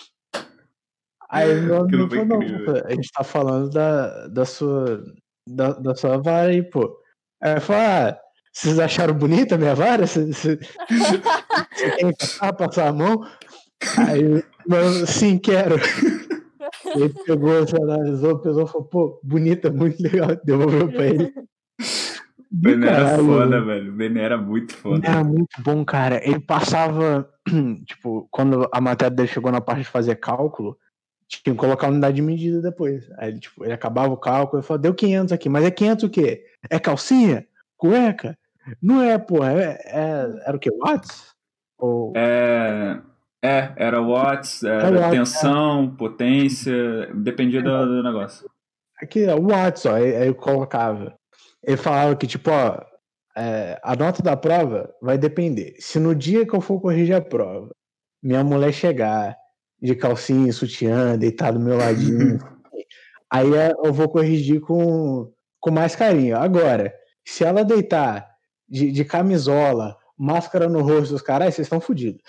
Aí meu amigo falou, não, a gente tá falando da sua vara aí, pô. Aí eu falei, vocês acharam bonita a minha vara? Você quer passar a mão? Aí eu, sim, quero. Ele pegou, se analisou, pesou e falou, pô, bonita, muito legal. Devolveu pra ele. Bené era foda, velho. Bené era muito foda. Era muito bom, cara. Ele passava, tipo, quando a matéria dele chegou na parte de fazer cálculo, tinha que colocar a unidade de medida depois. Aí, tipo, ele acabava o cálculo e falou, deu 500 aqui. Mas é 500 o quê? É calcinha? Cueca? Não é, pô. Era o quê? Watts? Ou... Era watts, era tensão, potência, dependia do negócio. Aqui, watts, ó, aí eu colocava. Ele falava que, tipo, ó, a nota da prova vai depender. Se no dia que eu for corrigir a prova, minha mulher chegar de calcinha, sutiã, deitar do meu ladinho, aí eu vou corrigir com mais carinho. Agora, se ela deitar de camisola, máscara no rosto dos caras, vocês estão fodidos.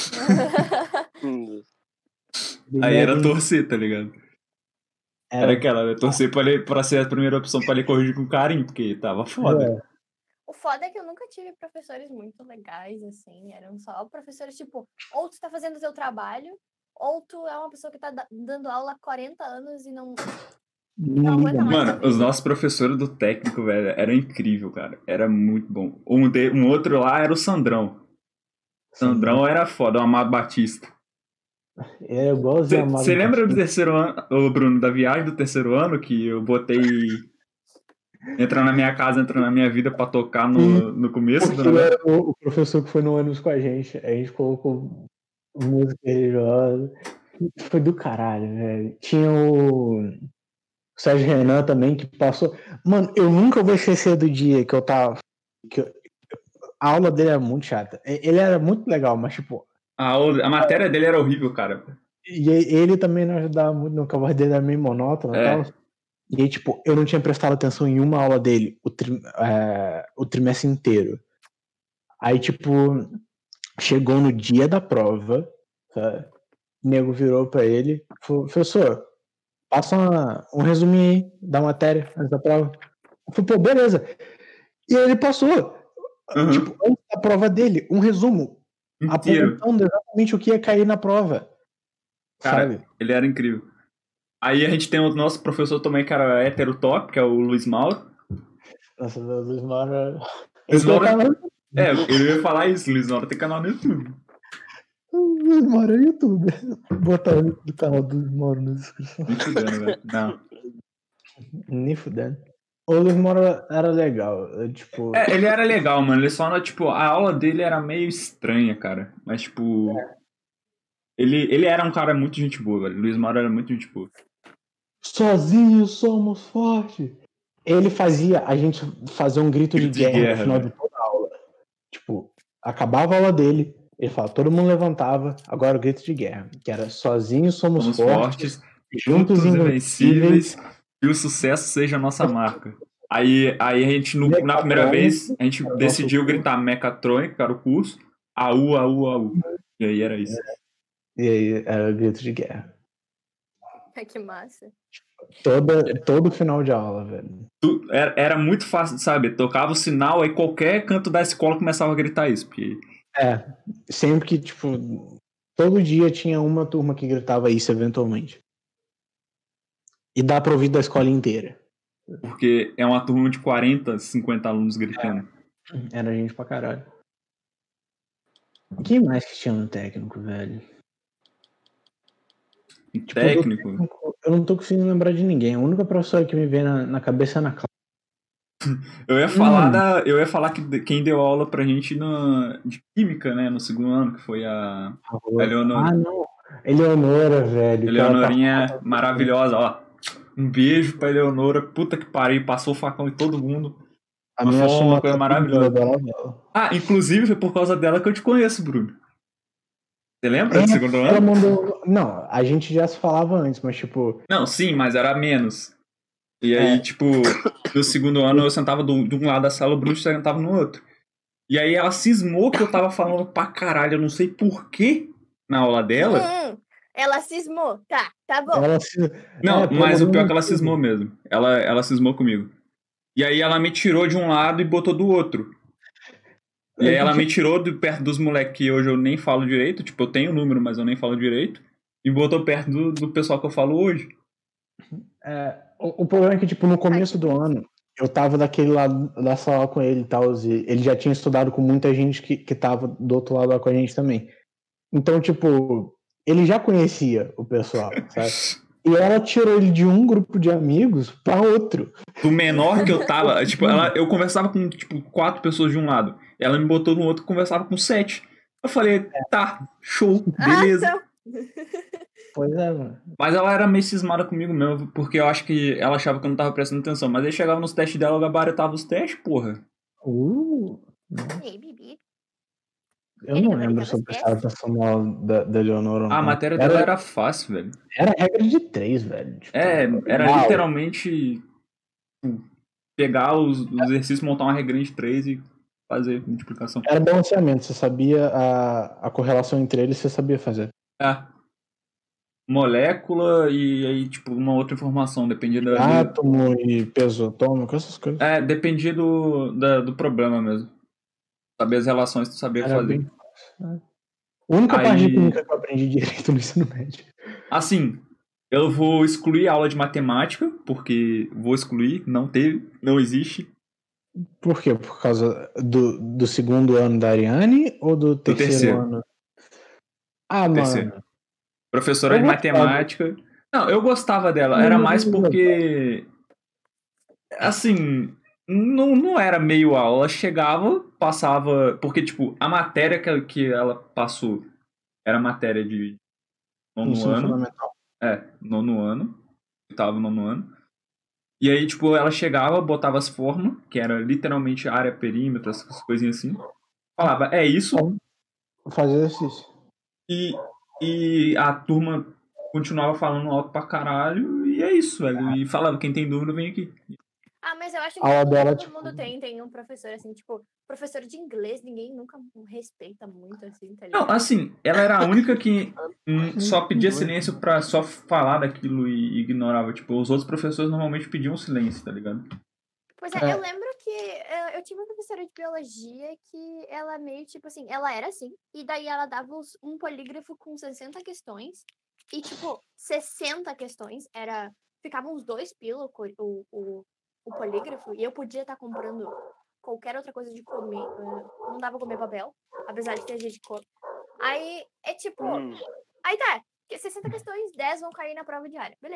Aí era torcer, tá ligado? Era aquela, torcer pra ser a primeira opção pra ele corrigir com carinho, porque tava foda. O foda é que eu nunca tive professores muito legais, assim, eram só professores, tipo, ou tu tá fazendo o teu trabalho, ou tu é uma pessoa que tá dando aula há 40 anos e não aguenta mais. Mano, os nossos professores do técnico, velho, era incrível, cara. Era muito bom. Um outro lá era o Sandrão. Sandrão era foda, o Amado Batista. É igualzinho Amado Batista. Você lembra do terceiro ano, Bruno, da viagem do terceiro ano, que eu botei entrar na minha casa, entrar na minha vida pra tocar no começo do negócio? Era o professor que foi no ônibus com a gente colocou música religiosa. Foi do caralho, velho. Tinha o Sérgio Renan também, que passou. Mano, eu nunca vou esquecer do dia que eu tava. A aula dele era muito chata. Ele era muito legal, mas tipo. A matéria dele era horrível, cara. E ele também não ajudava muito, no voz dele era meio monótona e tal. E aí, tipo, eu não tinha prestado atenção em uma aula dele o trimestre inteiro. Aí, tipo, chegou no dia da prova, sabe? O nego virou pra ele, falou, professor, passa um resuminho aí da matéria antes da prova. Eu falei, pô, beleza. E aí ele passou, tipo, antes da prova dele, um resumo, apontando exatamente o que ia cair na prova. Cara, sabe? Ele era incrível. Aí a gente tem o nosso professor também, que era hétero top, que é o Luiz Mauro. Nossa, o Luiz Mauro... eu ia falar isso, Luiz Mauro tem canal no YouTube. O Luiz Mauro é YouTube. Botar o link do canal do Luiz Mauro na descrição. Nem fudendo, velho. Não. Nem fudendo. O Luiz Mora era legal, tipo... Ele era legal, mano. Ele só, tipo, a aula dele era meio estranha, cara. Mas, tipo... Ele era um cara muito gente boa, velho. Luiz Mora era muito gente boa. Sozinhos somos fortes. Ele fazia a gente fazer um grito de guerra no final de toda a aula. Tipo, acabava a aula dele, ele falava, todo mundo levantava, agora o grito de guerra, que era sozinhos somos fortes, juntos invencíveis, e o sucesso seja a nossa marca. Aí a gente, na primeira vez, a gente decidiu gritar Mechatronic, que era o curso, AU, AU, AU. E aí era isso. E aí era o grito de guerra. Que massa. Todo final de aula, velho. Era muito fácil, sabe? Tocava o sinal, aí qualquer canto da escola começava a gritar isso. Porque... sempre que, tipo, todo dia tinha uma turma que gritava isso eventualmente. E dá pra ouvir da escola inteira. Porque é uma turma de 40, 50 alunos gritando. Era gente pra caralho. Quem mais que tinha no técnico, velho? Técnico? Eu não tô conseguindo lembrar de ninguém. A única professora que me vem na cabeça é na classe. Eu ia falar que quem deu aula pra gente de química, né, no segundo ano, que foi a Eleonora. Ah, não. Eleonora, velho. Eleonorinha maravilhosa, ó. Um beijo pra Eleonora. Puta que pariu, passou o facão em todo mundo. A minha foi uma coisa maravilhosa. Inclusive foi por causa dela que eu te conheço, Bruno. Você lembra do segundo ano? Não, a gente já se falava antes, mas tipo... Não, sim, mas era menos. E aí, tipo, no segundo ano eu sentava de um lado da sala, o Bruno sentava no outro. E aí ela cismou que eu tava falando pra caralho, eu não sei porquê, na aula dela. Ela cismou, tá bom. Não, mas o pior é que ela cismou mesmo. Ela cismou comigo. E aí ela me tirou de um lado e botou do outro. E aí ela me tirou de perto dos moleques que hoje eu nem falo direito. Tipo, eu tenho o número, mas eu nem falo direito. E botou perto do pessoal que eu falo hoje. O problema é que, tipo, no começo do ano, eu tava daquele lado da sala com ele e tal, e ele já tinha estudado com muita gente que tava do outro lado lá com a gente também. Então, tipo, ele já conhecia o pessoal, sabe? E ela tirou ele de um grupo de amigos pra outro. Do menor que eu tava, tipo, eu conversava com, tipo, 4 pessoas de um lado. Ela me botou no outro e conversava com 7. Eu falei, tá, show, beleza. Pois é, mano. Mas ela era meio cismada comigo mesmo, porque eu acho que ela achava que eu não tava prestando atenção. Mas aí chegava nos testes dela, eu gabaritava os testes, porra. Eu não lembro se eu prestava atenção na aula da Eleonora. A matéria dela era fácil, velho. Era regra de 3, velho. Tipo, era literalmente pegar os exercícios, montar uma regrinha de 3 e fazer multiplicação. Era balanceamento, você sabia a correlação entre eles, você sabia fazer. Molécula e aí, tipo, uma outra informação, dependia da... Átomo e peso atômico, essas coisas. Dependia do problema mesmo. Saber as relações, tu sabia fazer. Bem fácil. A única parte de química que eu aprendi direito no ensino médio. Assim, eu vou excluir a aula de matemática, porque vou excluir, não existe. Por quê? Por causa do segundo ano da Ariane ou do terceiro ano? Terceiro. Mano. Professora de matemática. Não, eu gostava dela. Era mais porque... Assim, não era meio aula. Ela chegava, passava... Porque, tipo, a matéria que ela passou era matéria de nono ano. Fundamental. Nono ano. Oitavo, nono ano. E aí, tipo, ela chegava, botava as formas, que era literalmente área, perímetro, essas coisinhas assim. Falava, é isso. Fazer exercício. E a turma continuava falando alto pra caralho, e é isso, velho. E falava, quem tem dúvida, vem aqui. Mas eu acho que todo mundo tem um professor, assim, tipo, professor de inglês, ninguém nunca respeita muito, assim, tá ligado? Não, assim, ela era a única que só pedia silêncio pra só falar daquilo e ignorava. Tipo, os outros professores normalmente pediam silêncio, tá ligado? Pois eu lembro que eu tinha uma professora de biologia que ela meio, tipo assim, ela era assim, e daí ela dava um polígrafo com 60 questões, e, tipo, 60 questões, ficava uns 2 pila o polígrafo, e eu podia estar comprando qualquer outra coisa de comer, não dava pra comer papel, apesar de ter gente de cor. Aí, tipo, aí tá, 60 questões, 10 vão cair na prova diária, beleza.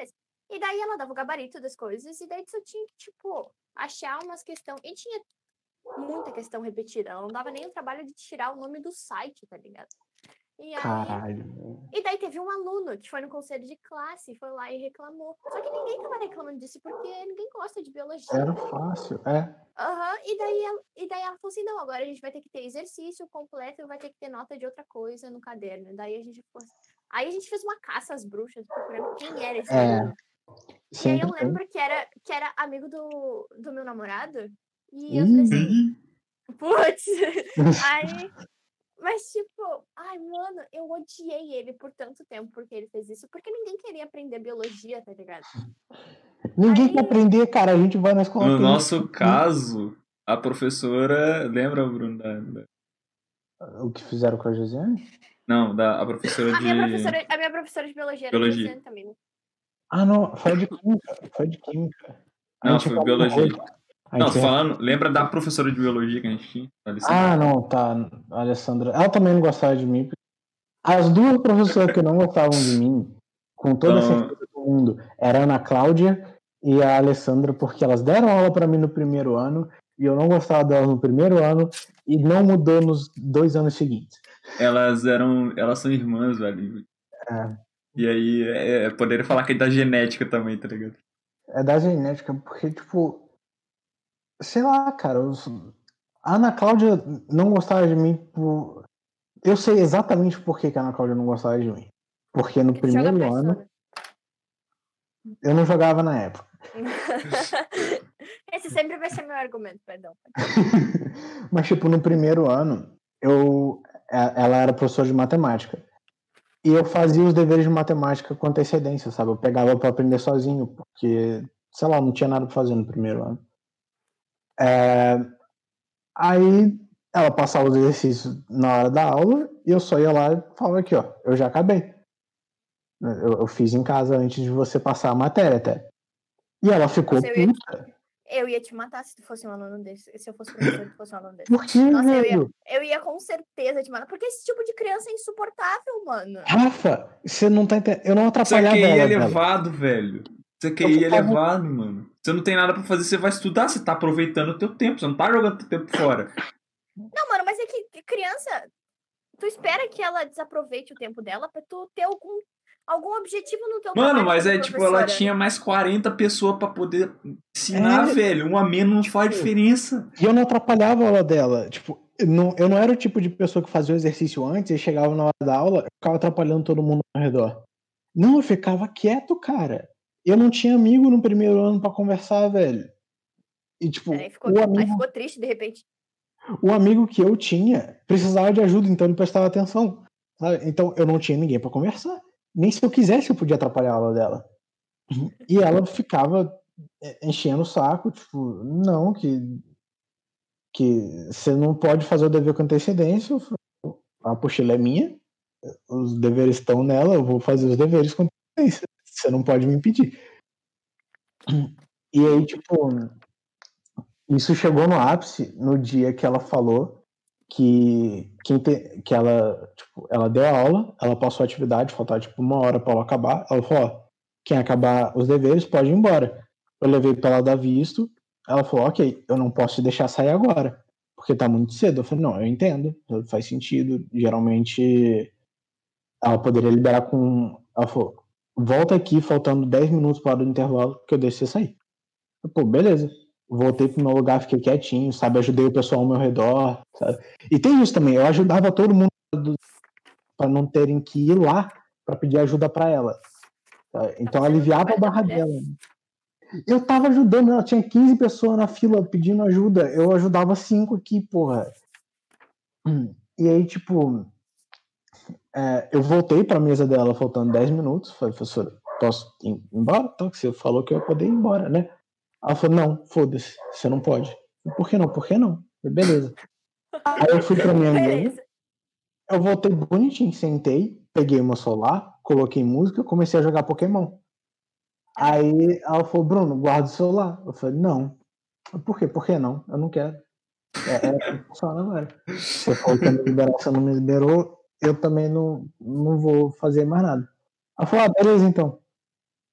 E daí ela dava o gabarito das coisas, e daí tu tinha que, tipo, achar umas questões. E tinha muita questão repetida. Ela não dava nem o trabalho de tirar o nome do site, tá ligado? E aí, Caralho. E daí teve um aluno que foi no conselho de classe, foi lá e reclamou. Só que ninguém tava reclamando disso, porque ninguém gosta de biologia. Era fácil, é. E daí ela falou assim, não, agora a gente vai ter que ter exercício completo e vai ter que ter nota de outra coisa no caderno. Daí a gente fez uma caça às bruxas, procurando quem era esse aluno. E aí eu lembro que era amigo do meu namorado. E eu falei assim, putz, aí... Mas, tipo, ai, mano, eu odiei ele por tanto tempo porque ele fez isso. Porque ninguém queria aprender biologia, tá ligado? Ninguém quer aprender, cara. A gente vai na escola. No nosso caso, a professora... Lembra, Bruno? O que fizeram com a Josiane? Não, a professora de... A minha professora de biologia era a Josiane também, né? Ah, não. Foi de química. Não, foi biologia. Não, tô falando, lembra da professora de biologia que a gente tinha? Ah, não, tá. A Alessandra. Ela também não gostava de mim. As duas professoras que não gostavam de mim, com toda certeza do mundo, era a Ana Cláudia e a Alessandra, porque elas deram aula pra mim no primeiro ano e eu não gostava delas no primeiro ano e não mudou nos 2 anos seguintes. Elas são irmãs, velho. É. E aí, poderia falar que é da genética também, tá ligado? É da genética, porque, tipo, sei lá, cara, a Ana Cláudia não gostava de mim por... Eu sei exatamente por que a Ana Cláudia não gostava de mim. Porque no primeiro ano... Eu não jogava na época. Esse sempre vai ser meu argumento, perdão. Mas, tipo, no primeiro ano, ela era professora de matemática. E eu fazia os deveres de matemática com antecedência, sabe? Eu pegava pra aprender sozinho, porque, sei lá, não tinha nada pra fazer no primeiro ano. Aí ela passava os exercícios na hora da aula e eu só ia lá e falava aqui, ó, eu já acabei. Eu fiz em casa antes de você passar a matéria até. E ela ficou puta. Eu ia te matar se tu fosse um aluno desse. Se eu fosse professor e tu fosse um aluno desse. Por que, velho? Eu ia com certeza te matar. Porque esse tipo de criança é insuportável, mano. Rafa, você não tá entendendo. Eu não atrapalhava ela. Isso aqui é elevado, velho. Isso aqui é elevado, mano. Você não tem nada pra fazer, você vai estudar, você tá aproveitando o teu tempo, você não tá jogando teu tempo fora. Não, mano, mas é que criança... Tu espera que ela desaproveite o tempo dela pra tu ter algum objetivo no teu trabalho. Mano, mas tipo, ela tinha mais 40 pessoas pra poder ensinar, velho. Um a menos não faz diferença. E eu não atrapalhava a aula dela. Tipo, eu não era o tipo de pessoa que fazia o exercício antes e chegava na hora da aula e ficava atrapalhando todo mundo ao redor. Não, eu ficava quieto, cara. Eu não tinha amigo no primeiro ano pra conversar, velho. E, tipo, aí ficou triste de repente. O amigo que eu tinha precisava de ajuda, então ele prestava atenção. Sabe? Então eu não tinha ninguém pra conversar. Nem se eu quisesse eu podia atrapalhar a aula dela. E ela ficava enchendo o saco, tipo, não, que você não pode fazer o dever com antecedência. A apostila é minha, os deveres estão nela, eu vou fazer os deveres com antecedência. Você não pode me impedir. E aí, tipo, isso chegou no ápice no dia que ela falou que ela deu a aula, ela passou a atividade, faltava tipo 1 hora para ela acabar. Ela falou, ó, quem acabar os deveres pode ir embora. Eu levei para ela dar visto, ela falou, ok, eu não posso te deixar sair agora, porque tá muito cedo. Eu falei, não, eu entendo, faz sentido. Geralmente ela poderia liberar com... Ela falou, volta aqui faltando 10 minutos para o intervalo que eu deixo você sair. Pô, beleza. Voltei pro meu lugar, fiquei quietinho, sabe? Ajudei o pessoal ao meu redor, sabe? E tem isso também, eu ajudava todo mundo para não terem que ir lá para pedir ajuda para ela. Tá? Então aliviava a barra dela. Eu tava ajudando, ela tinha 15 pessoas na fila pedindo ajuda, eu ajudava 5 aqui, porra. E aí, tipo, eu voltei pra mesa dela faltando 10 minutos, falei, professora, posso ir embora? Então, que você falou que eu ia poder ir embora, né? Ela falou, não, foda-se, você não pode. Por que não? Por que não? Beleza. Aí eu fui pra minha mesa, eu voltei bonitinho, sentei, peguei o meu celular, coloquei música, comecei a jogar Pokémon. Aí ela falou, Bruno, guarda o celular. Eu falei, não. Por quê? Por que não? Eu não quero. É funciona agora. Você falou que ia me liberar, você não me liberou, eu também não vou fazer mais nada. Ela falou, beleza então.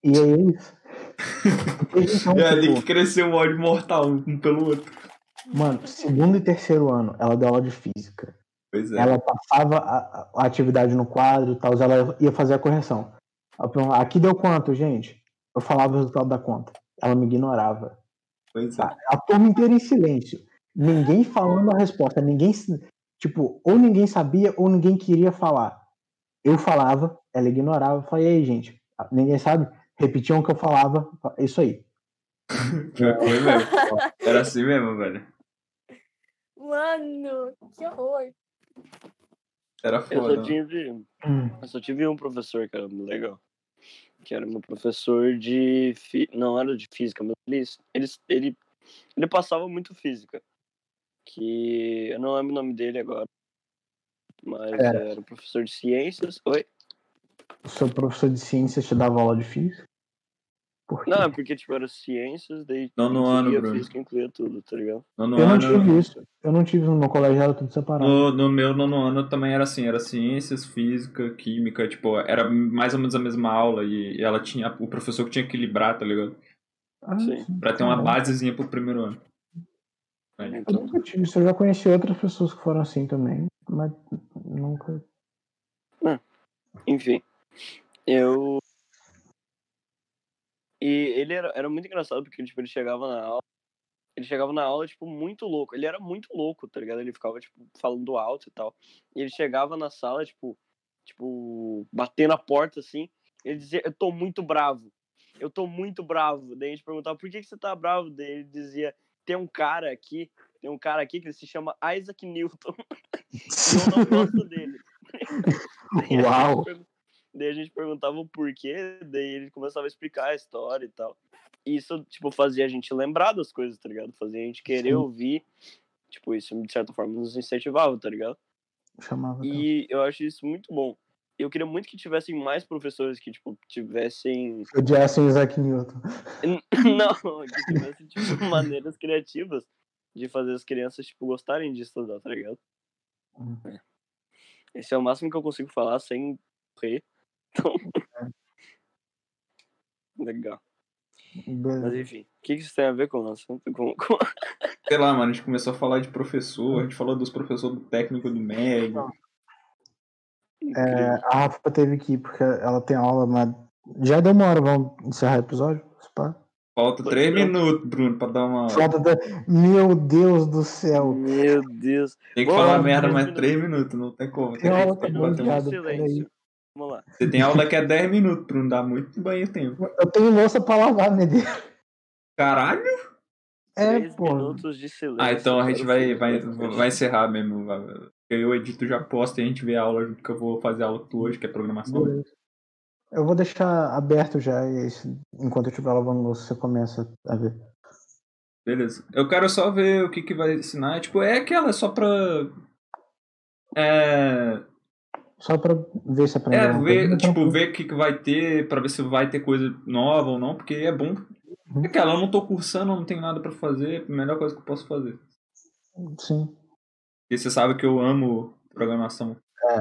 E é isso. Então, é ali que cresceu o ódio mortal um pelo outro. Mano, segundo e terceiro ano, ela deu aula de física. Pois é. Ela passava a atividade no quadro e tal, ela ia fazer a correção. Aqui deu quanto, gente? Eu falava o resultado da conta. Ela me ignorava. Pois é. A turma inteira em silêncio. Ninguém falando a resposta. Ninguém, tipo, ou ninguém sabia ou ninguém queria falar. Eu falava, ela ignorava. Eu falei, e aí, gente? Ninguém sabe? Repetiam o que eu falava. Isso aí. Foi mesmo. Era assim mesmo, velho. Mano, que horror. Era foda. Eu só tive um professor que era muito legal. Que era meu professor de... Não era de física, mas ele passava muito física. Que eu não lembro o nome dele agora. Mas era professor de ciências. Oi? O seu professor de ciências te dava aula de física? Não, porque tipo, era ciências, daí no ano, Bruno. física incluía tudo, tá ligado? Eu não tive isso. Eu não tive no meu colégio, era tudo separado. No meu nono ano também era assim, era ciências, física, química, tipo, era mais ou menos a mesma aula e ela tinha, o professor que tinha que equilibrar, tá ligado? Sim. Pra ter uma basezinha pro primeiro ano. Eu nunca tive isso, eu já conheci outras pessoas que foram assim também, mas nunca... Enfim, E ele era muito engraçado, porque tipo, ele chegava na aula, tipo, muito louco. Ele era muito louco, tá ligado? Ele ficava, tipo, falando alto e tal. E ele chegava na sala, tipo, batendo a porta, assim. Ele dizia, eu tô muito bravo. Daí a gente perguntava, por que você tá bravo? Daí ele dizia, tem um cara aqui que ele se chama Isaac Newton. E eu não gosto dele. Uau! Daí a gente perguntava o porquê, daí ele começava a explicar a história e tal. E isso, tipo, fazia a gente lembrar das coisas, tá ligado? Fazia a gente querer ouvir. Tipo, isso, de certa forma, nos incentivava, tá ligado? E eu acho isso muito bom. Eu queria muito que tivessem mais professores que, tipo, tivessem... Odiassem Isaac Newton. Não, que tivessem, tipo, maneiras criativas de fazer as crianças, tipo, gostarem de estudar, tá ligado? Esse é o máximo que eu consigo falar sem morrer. Então... Legal. Mas enfim, o que isso tem a ver com o assunto? Sei lá, mano, a gente começou a falar de professor, a gente falou dos professores do técnico do médio. A Rafa teve que ir porque ela tem aula, mas já deu uma hora, vamos encerrar o episódio? Falta 3 minutos, Bruno, pra dar uma... Meu Deus do céu. Meu Deus. Tem que falar merda mais 3 minutos, não tem como. Tem aula que silêncio. Vamos lá. Você tem aula daqui a 10 minutos, Bruno, dá muito banho tempo. Eu tenho louça pra lavar, meu Deus. Caralho? 3 minutos de silêncio. Então a gente vai encerrar mesmo. Eu edito, já posto e a gente vê a aula junto, que eu vou fazer a aula tu hoje, que é programação. Eu vou deixar aberto já, e enquanto eu estiver lavando louça, você começa a ver. Beleza. Eu quero só ver o que vai ensinar. Tipo, é aquela só pra... Só pra ver se aprendeu. Ver o que vai ter, pra ver se vai ter coisa nova ou não, porque é bom. É aquela, eu não tô cursando, eu não tenho nada pra fazer, a melhor coisa que eu posso fazer. Sim. E você sabe que eu amo programação.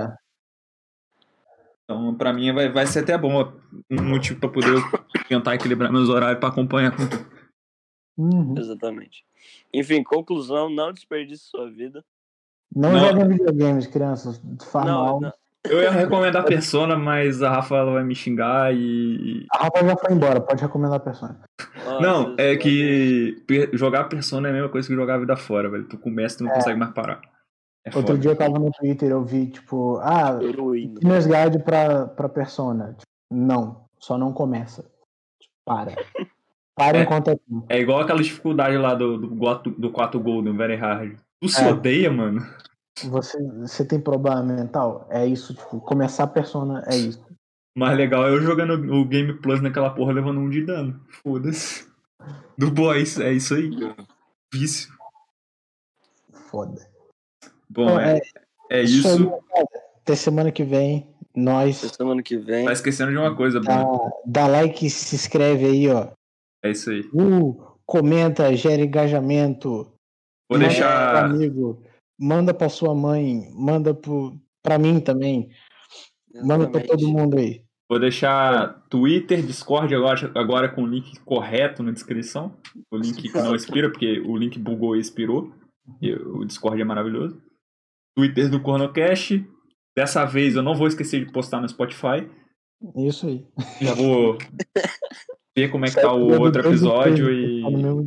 Então, pra mim, vai ser até bom um motivo pra poder tentar equilibrar meus horários pra acompanhar com tudo. Exatamente. Enfim, conclusão, não desperdice sua vida. Não joguem videogames, crianças. Faz mal. Eu ia recomendar Persona, mas a Rafa ela vai me xingar e... A Rafa já foi embora, pode recomendar Persona. Não, é que jogar Persona é a mesma coisa que jogar a vida fora, velho. Tu começa e tu não consegue mais parar. Outro dia eu tava no Twitter, eu vi, tipo, Beginner's Guide pra Persona. Tipo, não, só não começa. Tipo, para enquanto é tempo. É igual aquela dificuldade lá do 4 Golden, Very Hard. Tu se odeia, mano? Você tem problema mental? É isso, tipo, começar Persona é isso. Mais legal é eu jogando o Game Plus naquela porra levando 1 de dano. Foda-se. Do boys, é isso aí. Vício. Foda. Bom, é isso. Até semana que vem, nós... Até semana que vem. Tá esquecendo de uma coisa, Bruno. Dá like e se inscreve aí, ó. É isso aí. Comenta, gera engajamento. Vou deixar... Pro amigo, manda pra sua mãe, manda pra mim também. Exatamente. Manda pra todo mundo aí. Vou deixar Twitter, Discord agora com o link correto na descrição. O link que não expira, porque o link bugou e expirou. E o Discord é maravilhoso. Twitter do Cornocast. Dessa vez eu não vou esquecer de postar no Spotify. Isso aí. Já vou ver como é que tá o outro episódio e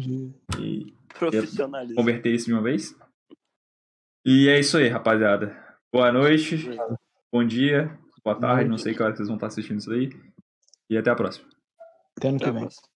converter isso de uma vez. E é isso aí, rapaziada. Boa noite, bom dia, boa tarde, não sei que hora vocês vão estar assistindo isso aí. E até a próxima. Até ano que vem.